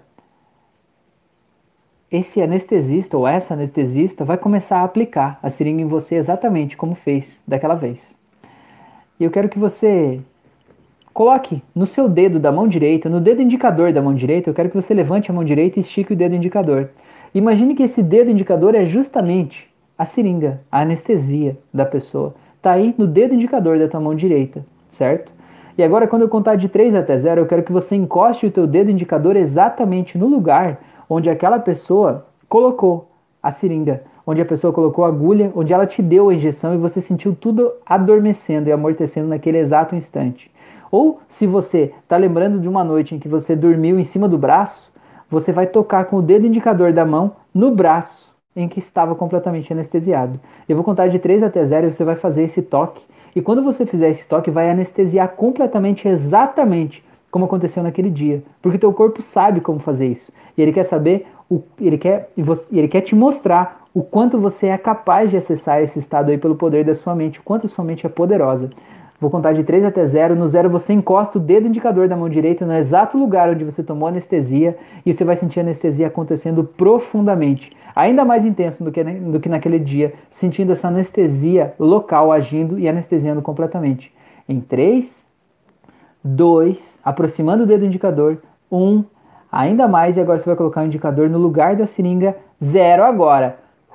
esse anestesista ou essa anestesista vai começar a aplicar a seringa em você exatamente como fez daquela vez. E eu quero que você coloque no seu dedo da mão direita, no dedo indicador da mão direita, eu quero que você levante a mão direita e estique o dedo indicador. Imagine que esse dedo indicador é justamente a seringa, a anestesia da pessoa. Está aí no dedo indicador da tua mão direita, certo? E agora quando eu contar de 3 até 0, eu quero que você encoste o teu dedo indicador exatamente no lugar onde aquela pessoa colocou a seringa, onde a pessoa colocou a agulha, onde ela te deu a injeção e você sentiu tudo adormecendo e amortecendo naquele exato instante. Ou se você está lembrando de uma noite em que você dormiu em cima do braço, você vai tocar com o dedo indicador da mão no braço em que estava completamente anestesiado. Eu vou contar de 3 até 0 e você vai fazer esse toque. E quando você fizer esse toque, vai anestesiar completamente, exatamente como aconteceu naquele dia. Porque teu corpo sabe como fazer isso. E ele quer saber, ele quer te mostrar o quanto você é capaz de acessar esse estado aí pelo poder da sua mente, o quanto a sua mente é poderosa. Vou contar de 3 até 0. No 0 você encosta o dedo indicador da mão direita no exato lugar onde você tomou anestesia e você vai sentir a anestesia acontecendo profundamente. Ainda mais intenso do que naquele dia, sentindo essa anestesia local agindo e anestesiando completamente. Em 3, 2, aproximando o dedo indicador, 1, ainda mais, e agora você vai colocar o indicador no lugar da seringa, 0 agora.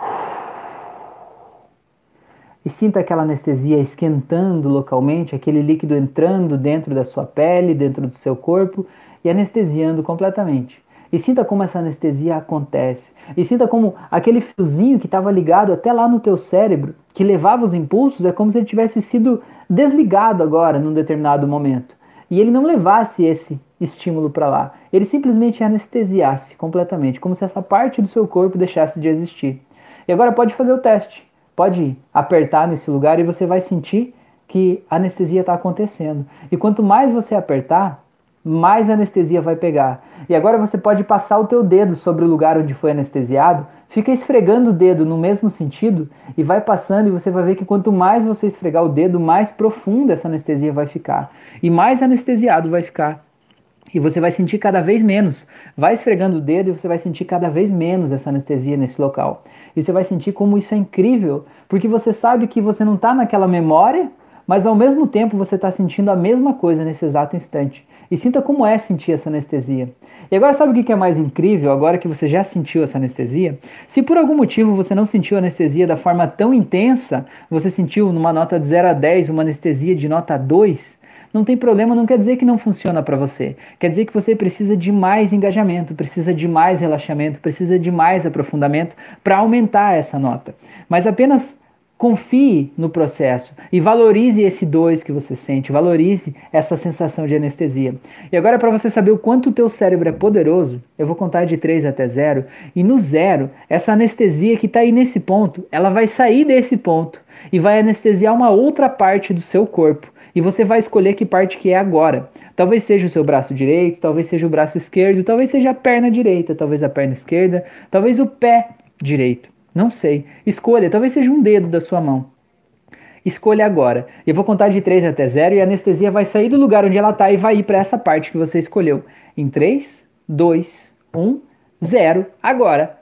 E sinta aquela anestesia esquentando localmente, aquele líquido entrando dentro da sua pele, dentro do seu corpo e anestesiando completamente. E sinta como essa anestesia acontece. E sinta como aquele fiozinho que estava ligado até lá no teu cérebro, que levava os impulsos, é como se ele tivesse sido desligado agora num determinado momento. E ele não levasse esse estímulo para lá. Ele simplesmente anestesiasse completamente, como se essa parte do seu corpo deixasse de existir. E agora pode fazer o teste. Pode apertar nesse lugar e você vai sentir que a anestesia está acontecendo. E quanto mais você apertar, mais anestesia vai pegar. E agora você pode passar o teu dedo sobre o lugar onde foi anestesiado, fica esfregando o dedo no mesmo sentido e vai passando e você vai ver que quanto mais você esfregar o dedo, mais profunda essa anestesia vai ficar. E mais anestesiado vai ficar. E você vai sentir cada vez menos. Vai esfregando o dedo e você vai sentir cada vez menos essa anestesia nesse local. E você vai sentir como isso é incrível, porque você sabe que você não está naquela memória, mas ao mesmo tempo você está sentindo a mesma coisa nesse exato instante. E sinta como é sentir essa anestesia. E agora sabe o que é mais incrível, agora que você já sentiu essa anestesia? Se por algum motivo você não sentiu a anestesia da forma tão intensa, você sentiu numa nota de 0 a 10 uma anestesia de nota 2, não tem problema, não quer dizer que não funciona para você. Quer dizer que você precisa de mais engajamento, precisa de mais relaxamento, precisa de mais aprofundamento para aumentar essa nota. Mas apenas confie no processo e valorize esse 2 que você sente, valorize essa sensação de anestesia. E agora, para você saber o quanto o teu cérebro é poderoso, eu vou contar de 3 até 0, e no 0, essa anestesia que está aí nesse ponto, ela vai sair desse ponto e vai anestesiar uma outra parte do seu corpo. E você vai escolher que parte que é agora. Talvez seja o seu braço direito, talvez seja o braço esquerdo, talvez seja a perna direita, talvez a perna esquerda, talvez o pé direito. Não sei. Escolha, talvez seja um dedo da sua mão. Escolha agora. Eu vou contar de 3 até 0 e a anestesia vai sair do lugar onde ela está e vai ir para essa parte que você escolheu. Em 3, 2, 1, 0. Agora.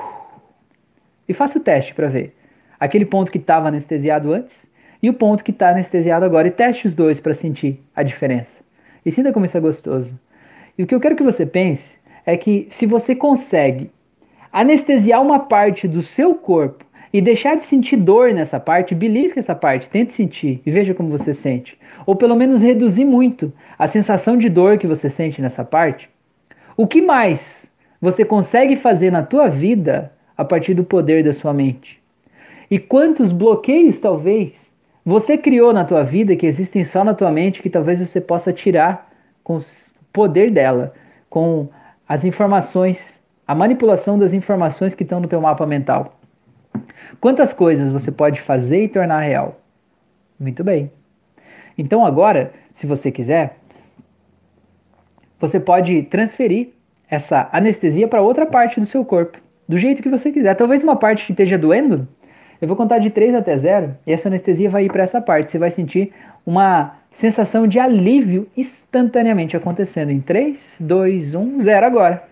E faça o teste para ver. Aquele ponto que estava anestesiado antes e o ponto que está anestesiado agora. E teste os dois para sentir a diferença. E sinta como isso é gostoso. E o que eu quero que você pense é que se você consegue anestesiar uma parte do seu corpo e deixar de sentir dor nessa parte, belisque essa parte, tente sentir e veja como você sente. Ou pelo menos reduzir muito a sensação de dor que você sente nessa parte. O que mais você consegue fazer na tua vida a partir do poder da sua mente? E quantos bloqueios talvez você criou na tua vida que existem só na tua mente que talvez você possa tirar com o poder dela, com as informações a manipulação das informações que estão no teu mapa mental. Quantas coisas você pode fazer e tornar real? Muito bem. Então agora, se você quiser, você pode transferir essa anestesia para outra parte do seu corpo, do jeito que você quiser. Talvez uma parte que esteja doendo, eu vou contar de 3 até 0 e essa anestesia vai ir para essa parte. Você vai sentir uma sensação de alívio instantaneamente acontecendo em 3, 2, 1, 0 agora.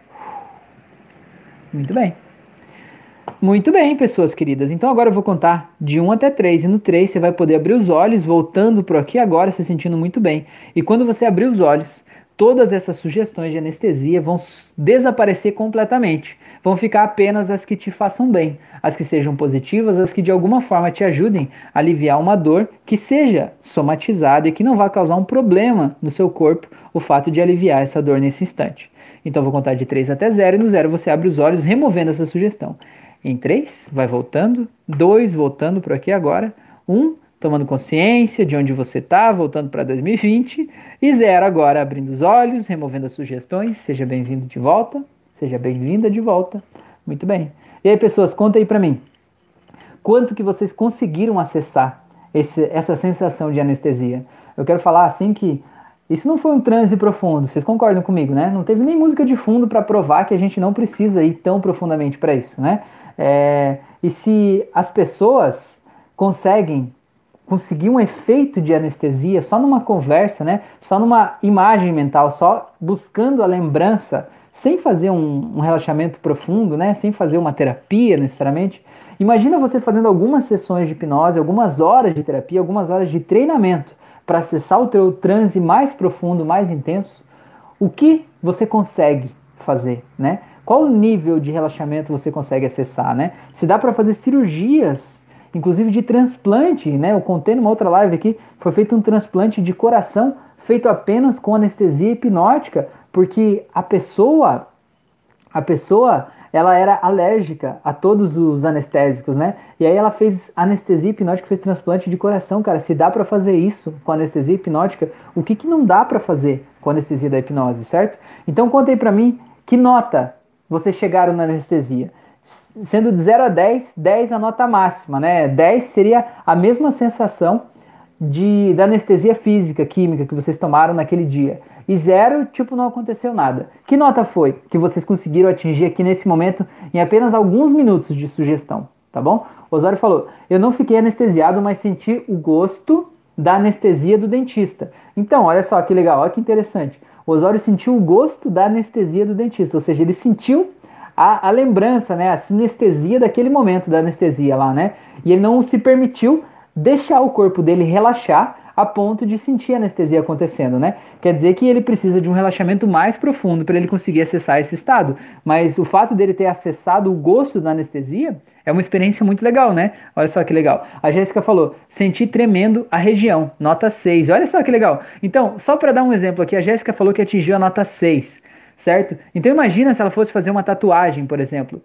Muito bem. Muito bem, pessoas queridas. Então agora eu vou contar de 1 até 3. E no 3 você vai poder abrir os olhos, voltando pro aqui e agora, se sentindo muito bem. E quando você abrir os olhos, todas essas sugestões de anestesia vão desaparecer completamente. Vão ficar apenas as que te façam bem, as que sejam positivas, as que de alguma forma te ajudem a aliviar uma dor que seja somatizada e que não vá causar um problema no seu corpo o fato de aliviar essa dor nesse instante. Então eu vou contar de 3 até 0 e no 0 você abre os olhos removendo essa sugestão. Em 3, vai voltando. 2, voltando para aqui agora. 1, tomando consciência de onde você está, voltando para 2020. E 0 agora, abrindo os olhos, removendo as sugestões. Seja bem-vindo de volta. Seja bem-vinda de volta. Muito bem. E aí, pessoas, conta aí para mim. Quanto que vocês conseguiram acessar essa sensação de anestesia? Eu quero falar assim que isso não foi um transe profundo, vocês concordam comigo, né? Não teve nem música de fundo para provar que a gente não precisa ir tão profundamente para isso, né? E se as pessoas conseguir um efeito de anestesia só numa conversa, né? Só numa imagem mental, só buscando a lembrança, sem fazer um relaxamento profundo, né? Sem fazer uma terapia necessariamente. Imagina você fazendo algumas sessões de hipnose, algumas horas de terapia, algumas horas de treinamento para acessar o teu transe mais profundo, mais intenso. O que você consegue fazer, né? Qual o nível de relaxamento você consegue acessar, né? Se dá para fazer cirurgias, inclusive de transplante, né? Eu contei numa outra live aqui, foi feito um transplante de coração feito apenas com anestesia hipnótica, porque a pessoa ela era alérgica a todos os anestésicos, né? E aí ela fez anestesia hipnótica, fez transplante de coração, cara. Se dá para fazer isso com anestesia hipnótica, o que não dá para fazer com anestesia da hipnose, certo? Então conta aí para mim, que nota vocês chegaram na anestesia? Sendo de 0 a 10, 10 a nota máxima, né? 10 seria a mesma sensação da anestesia física, química que vocês tomaram naquele dia. E 0, tipo, não aconteceu nada. Que nota foi que vocês conseguiram atingir aqui nesse momento em apenas alguns minutos de sugestão, tá bom? O Osório falou, eu não fiquei anestesiado, mas senti o gosto da anestesia do dentista. Então, olha só que legal, olha que interessante. O Osório sentiu o gosto da anestesia do dentista, ou seja, ele sentiu a lembrança, né, a sinestesia daquele momento da anestesia lá, né? E ele não se permitiu deixar o corpo dele relaxar a ponto de sentir a anestesia acontecendo, né? Quer dizer que ele precisa de um relaxamento mais profundo para ele conseguir acessar esse estado. Mas o fato dele ter acessado o gosto da anestesia é uma experiência muito legal, né? Olha só que legal. A Jéssica falou, senti tremendo a região, nota 6. Olha só que legal. Então, só para dar um exemplo aqui, a Jéssica falou que atingiu a nota 6, certo? Então imagina se ela fosse fazer uma tatuagem, por exemplo.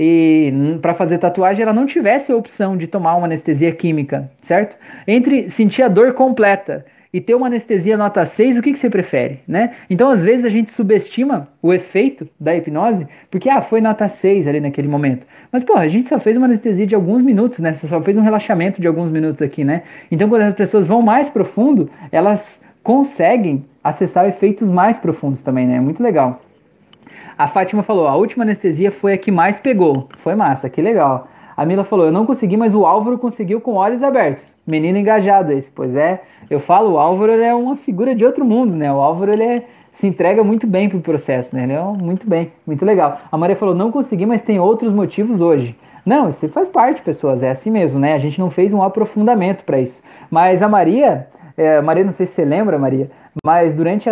E para fazer tatuagem ela não tivesse a opção de tomar uma anestesia química, certo? Entre sentir a dor completa e ter uma anestesia nota 6, o que você prefere, né? Então às vezes a gente subestima o efeito da hipnose, porque foi nota 6 ali naquele momento. Mas pô, a gente só fez uma anestesia de alguns minutos, né? Você só fez um relaxamento de alguns minutos aqui, né? Então quando as pessoas vão mais profundo, elas conseguem acessar efeitos mais profundos também, né? É muito legal. A Fátima falou, a última anestesia foi a que mais pegou. Foi massa, que legal. A Mila falou, eu não consegui, mas o Álvaro conseguiu com olhos abertos. Menino engajado esse. Pois é, eu falo, o Álvaro ele é uma figura de outro mundo, né? O Álvaro se entrega muito bem pro processo, né? Ele é muito bem, muito legal. A Maria falou, não consegui, mas tem outros motivos hoje. Não, isso faz parte, pessoas, é assim mesmo, né? A gente não fez um aprofundamento para isso. Mas a Maria, não sei se você lembra, Maria, mas durante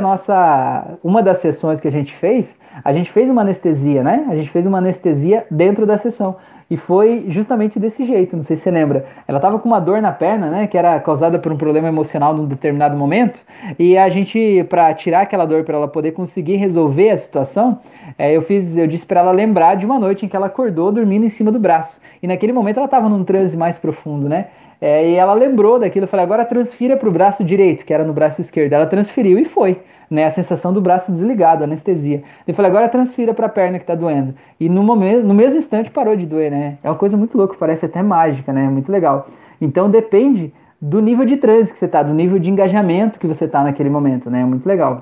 uma das sessões que a gente fez uma anestesia, né? A gente fez uma anestesia dentro da sessão. E foi justamente desse jeito, não sei se você lembra. Ela estava com uma dor na perna, né? Que era causada por um problema emocional num determinado momento. E a gente, para tirar aquela dor, para ela poder conseguir resolver a situação, eu disse para ela lembrar de uma noite em que ela acordou dormindo em cima do braço. E naquele momento ela estava num transe mais profundo, né? E ela lembrou daquilo, eu falei, agora transfira para o braço direito, que era no braço esquerdo. Ela transferiu e foi, né? A sensação do braço desligado, anestesia. Eu falei, agora transfira para a perna que tá doendo. E no mesmo instante parou de doer, né? É uma coisa muito louca, parece até mágica, né? Muito legal. Então depende do nível de transe que você tá, do nível de engajamento que você tá naquele momento, né? Muito legal.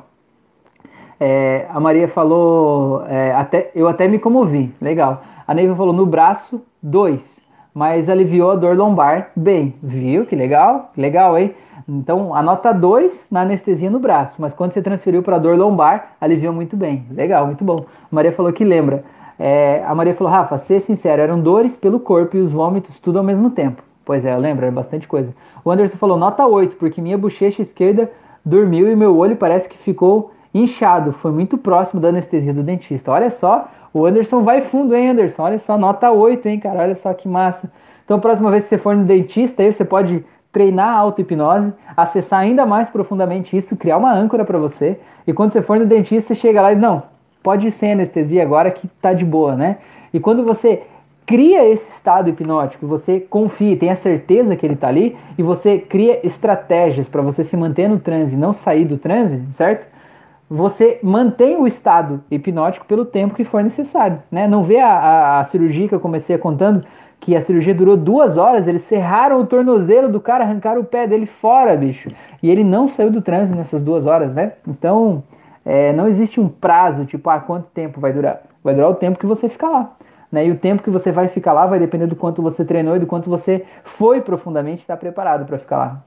A Maria falou, eu até me comovi, legal. A Neiva falou no braço, 2, mas aliviou a dor lombar bem, viu? Que legal, legal, hein? Então anota 2 na anestesia no braço, mas quando você transferiu para dor lombar, aliviou muito bem, legal, muito bom. A Maria falou que lembra. A Maria falou, Rafa, ser sincero, eram dores pelo corpo e os vômitos tudo ao mesmo tempo. Pois é, eu lembro, era bastante coisa. O Anderson falou, nota 8, porque minha bochecha esquerda dormiu e meu olho parece que ficou inchado, foi muito próximo da anestesia do dentista. Olha só, o Anderson vai fundo, hein, Anderson? Olha só, nota 8, hein, cara? Olha só que massa. Então, a próxima vez que você for no dentista, aí você pode treinar a auto-hipnose, acessar ainda mais profundamente isso, criar uma âncora para você. E quando você for no dentista, você chega lá e não, pode ir sem anestesia agora que tá de boa, né? E quando você cria esse estado hipnótico, você confia, tem a certeza que ele tá ali, e você cria estratégias para você se manter no transe e não sair do transe, certo? Você mantém o estado hipnótico pelo tempo que for necessário, né? Não vê a cirurgia que eu comecei contando, que a cirurgia durou 2 horas, eles serraram o tornozelo do cara, arrancaram o pé dele fora, bicho. E ele não saiu do transe nessas 2 horas, né? Então, não existe um prazo, tipo, quanto tempo vai durar? Vai durar o tempo que você ficar lá. Né? E o tempo que você vai ficar lá vai depender do quanto você treinou e do quanto você foi profundamente estar preparado para ficar lá.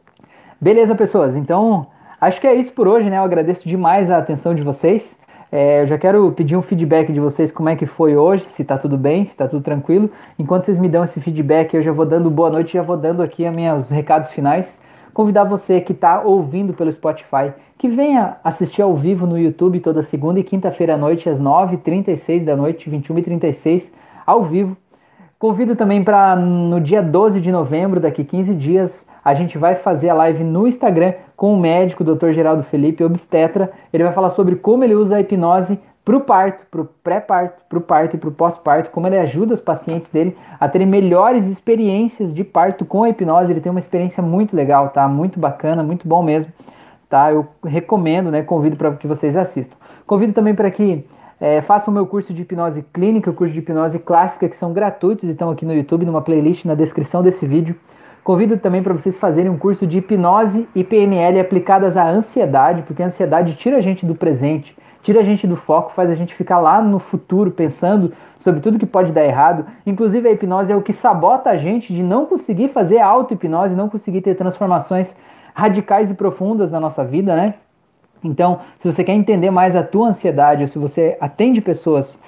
Beleza, pessoas? Então, acho que é isso por hoje, né? Eu agradeço demais a atenção de vocês. Eu já quero pedir um feedback de vocês, como é que foi hoje, se tá tudo bem, se tá tudo tranquilo. Enquanto vocês me dão esse feedback, eu já vou dando boa noite, já vou dando aqui os recados finais. Convidar você que está ouvindo pelo Spotify, que venha assistir ao vivo no YouTube toda segunda e quinta-feira à noite, às 9h36 da noite, 21h36, ao vivo. Convido também para no dia 12 de novembro, daqui 15 dias, a gente vai fazer a live no Instagram com o médico, o Dr. Geraldo Felipe, obstetra. Ele vai falar sobre como ele usa a hipnose para o parto, para o pré-parto, para o parto e para o pós-parto, como ele ajuda os pacientes dele a terem melhores experiências de parto com a hipnose. Ele tem uma experiência muito legal, tá? Muito bacana, muito bom mesmo, tá? Eu recomendo, né? Convido para que vocês assistam. Convido também para que façam o meu curso de hipnose clínica, o curso de hipnose clássica, que são gratuitos, estão aqui no YouTube, numa playlist na descrição desse vídeo. Convido também para vocês fazerem um curso de hipnose e PNL aplicadas à ansiedade, porque a ansiedade tira a gente do presente, tira a gente do foco, faz a gente ficar lá no futuro pensando sobre tudo que pode dar errado. Inclusive a hipnose é o que sabota a gente de não conseguir fazer a auto-hipnose, não conseguir ter transformações radicais e profundas na nossa vida, né? Então, se você quer entender mais a tua ansiedade, ou se você atende pessoas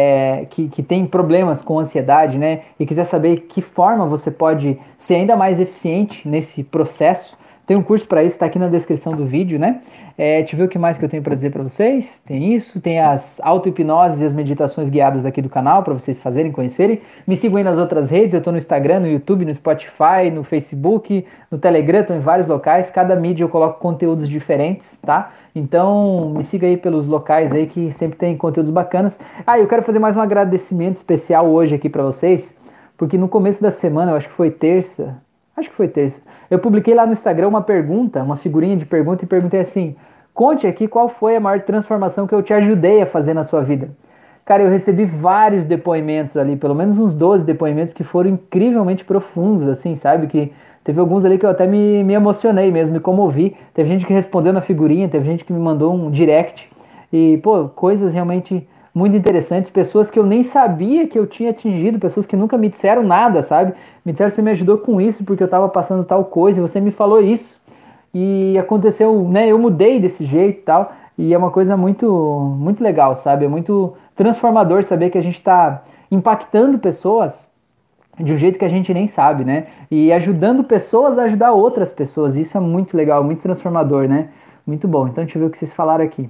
que têm problemas com ansiedade, né, e quiser saber que forma você pode ser ainda mais eficiente nesse processo, tem um curso para isso, está aqui na descrição do vídeo, né? Deixa eu ver o que mais que eu tenho para dizer para vocês. Tem isso, tem as auto-hipnoses e as meditações guiadas aqui do canal para vocês fazerem, conhecerem. Me sigam aí nas outras redes, eu estou no Instagram, no YouTube, no Spotify, no Facebook, no Telegram, estou em vários locais. Cada mídia eu coloco conteúdos diferentes, tá? Então me siga aí pelos locais aí que sempre tem conteúdos bacanas. Eu quero fazer mais um agradecimento especial hoje aqui para vocês, porque no começo da semana, eu acho que foi terça, eu publiquei lá no Instagram uma pergunta, uma figurinha de pergunta e perguntei assim: conte aqui qual foi a maior transformação que eu te ajudei a fazer na sua vida. Cara, eu recebi vários depoimentos ali, pelo menos uns 12 depoimentos que foram incrivelmente profundos, assim, sabe? Que teve alguns ali que eu até me emocionei mesmo, me comovi. Teve gente que respondeu na figurinha, teve gente que me mandou um direct. E, pô, coisas realmente muito interessantes. Pessoas que eu nem sabia que eu tinha atingido, pessoas que nunca me disseram nada, sabe? Me disseram que você me ajudou com isso porque eu tava passando tal coisa e você me falou isso. E aconteceu, né? Eu mudei desse jeito e tal. E é uma coisa muito, muito legal, sabe? É muito transformador saber que a gente está impactando pessoas de um jeito que a gente nem sabe, né? E ajudando pessoas a ajudar outras pessoas. Isso é muito legal, muito transformador, né? Muito bom. Então deixa eu ver o que vocês falaram aqui.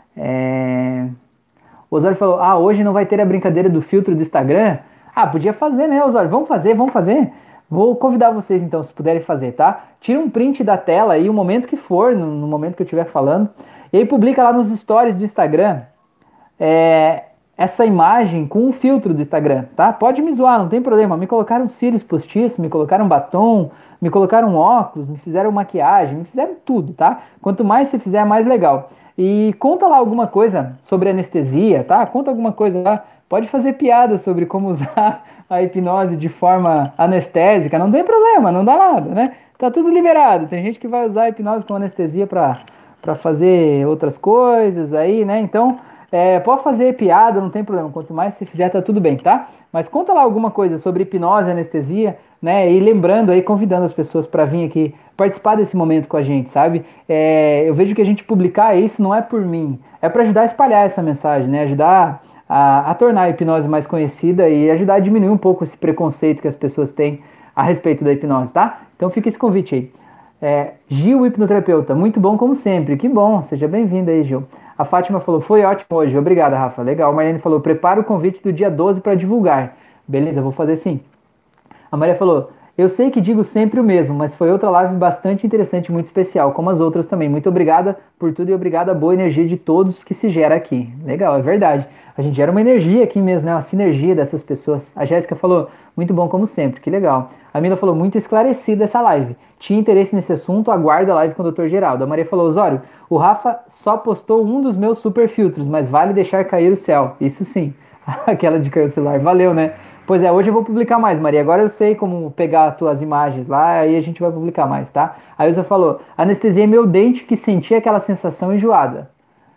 O Osório falou, hoje não vai ter a brincadeira do filtro do Instagram? Podia fazer, né, Osório? Vamos fazer, vamos fazer. Vou convidar vocês, então, se puderem fazer, tá? Tira um print da tela aí, o momento que for, no momento que eu estiver falando, e aí publica lá nos stories do Instagram, essa imagem com um filtro do Instagram, tá? Pode me zoar, não tem problema. Me colocaram cílios postiços, me colocaram batom, me colocaram óculos, me fizeram maquiagem, me fizeram tudo, tá? Quanto mais você fizer, mais legal. E conta lá alguma coisa sobre anestesia, tá? Conta alguma coisa lá. Pode fazer piada sobre como usar a hipnose de forma anestésica, não tem problema, não dá nada, né? Tá tudo liberado. Tem gente que vai usar a hipnose com anestesia para fazer outras coisas aí, né? Então, pode fazer piada, não tem problema. Quanto mais você fizer, tá tudo bem, tá? Mas conta lá alguma coisa sobre hipnose, anestesia, né? E lembrando aí, convidando as pessoas para vir aqui participar desse momento com a gente, sabe? Eu vejo que a gente publicar isso não é por mim, é para ajudar a espalhar essa mensagem, né? Ajudar a tornar a hipnose mais conhecida e ajudar a diminuir um pouco esse preconceito que as pessoas têm a respeito da hipnose, tá? Então fica esse convite aí. Gil, hipnoterapeuta, muito bom como sempre. Que bom, seja bem-vindo aí, Gil. A Fátima falou, foi ótimo hoje. Obrigada, Rafa. Legal. A Marlene falou, prepara o convite do dia 12 para divulgar. Beleza, vou fazer sim. A Maria falou, eu sei que digo sempre o mesmo, mas foi outra live bastante interessante e muito especial, como as outras também. Muito obrigada por tudo e obrigada a boa energia de todos que se gera aqui. Legal, é verdade. A gente gera uma energia aqui mesmo, né? Uma sinergia dessas pessoas. A Jéssica falou, muito bom como sempre, que legal. A Mila falou, muito esclarecida essa live. Tinha interesse nesse assunto, aguarda a live com o Dr. Geraldo. A Maria falou, Osório, o Rafa só postou um dos meus super filtros, mas vale deixar cair o céu. Isso sim. Aquela de cair o celular. Valeu, né? Pois é, hoje eu vou publicar mais, Maria. Agora eu sei como pegar as tuas imagens lá, aí a gente vai publicar mais, tá? A Ilza falou, anestesia meu dente que sentia aquela sensação enjoada.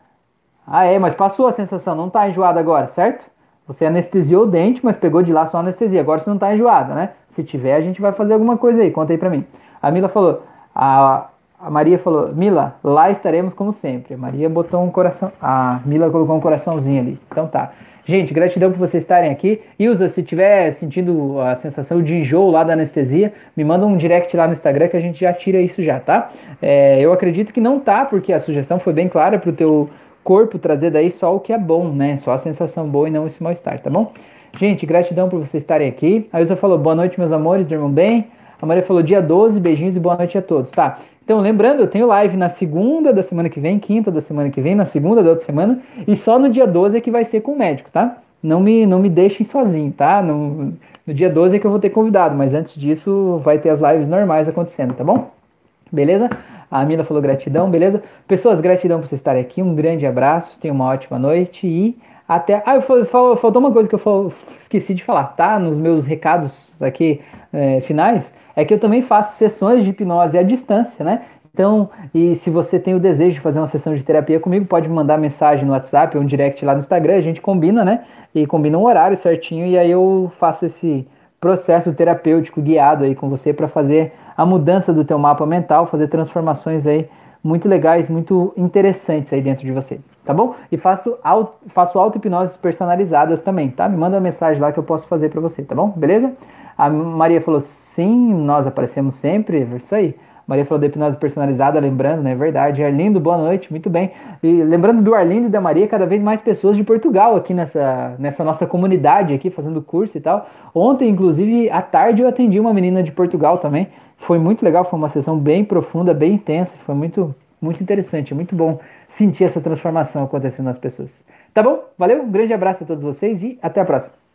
Ah, mas passou a sensação, não tá enjoada agora, certo? Você anestesiou o dente, mas pegou de lá só anestesia. Agora você não tá enjoada, né? Se tiver, a gente vai fazer alguma coisa aí. Conta aí pra mim. A Mila falou, a Maria falou, Mila, lá estaremos como sempre. A Maria botou um coração, a Mila colocou um coraçãozinho ali. Então tá. Gente, gratidão por vocês estarem aqui. Ilza, se tiver sentindo a sensação de enjoo lá da anestesia, me manda um direct lá no Instagram que a gente já tira isso já, tá? Eu acredito que não tá, porque a sugestão foi bem clara pro teu corpo trazer daí só o que é bom, né? Só a sensação boa e não esse mal-estar, tá bom? Gente, gratidão por vocês estarem aqui. A Ilza falou, boa noite, meus amores, dormam bem. A Maria falou, dia 12, beijinhos e boa noite a todos, tá? Então, lembrando, eu tenho live na segunda da semana que vem, quinta da semana que vem, na segunda da outra semana, e só no dia 12 é que vai ser com o médico, tá? Não me deixem sozinho, tá? No dia 12 é que eu vou ter convidado, mas antes disso vai ter as lives normais acontecendo, tá bom? Beleza? A Mila falou gratidão, beleza? Pessoas, gratidão por vocês estarem aqui, um grande abraço, tenham uma ótima noite e até... faltou uma coisa que eu esqueci de falar, tá? Nos meus recados aqui finais, é que eu também faço sessões de hipnose à distância, né? Então, e se você tem o desejo de fazer uma sessão de terapia comigo, pode me mandar mensagem no WhatsApp ou um direct lá no Instagram, a gente combina, né? E combina um horário certinho e aí eu faço esse processo terapêutico guiado aí com você para fazer a mudança do teu mapa mental, fazer transformações aí muito legais, muito interessantes aí dentro de você, tá bom? E faço auto-hipnoses personalizadas também, tá? Me manda uma mensagem lá que eu posso fazer para você, tá bom? Beleza? A Maria falou, sim, nós aparecemos sempre, é isso aí. Maria falou da hipnose personalizada, lembrando, né? Verdade. Arlindo, boa noite, muito bem. E lembrando do Arlindo e da Maria, cada vez mais pessoas de Portugal aqui nessa nossa comunidade aqui, fazendo curso e tal. Ontem, inclusive, à tarde eu atendi uma menina de Portugal também. Foi muito legal, foi uma sessão bem profunda, bem intensa, foi muito, muito interessante, muito bom sentir essa transformação acontecendo nas pessoas. Tá bom? Valeu, um grande abraço a todos vocês e até a próxima.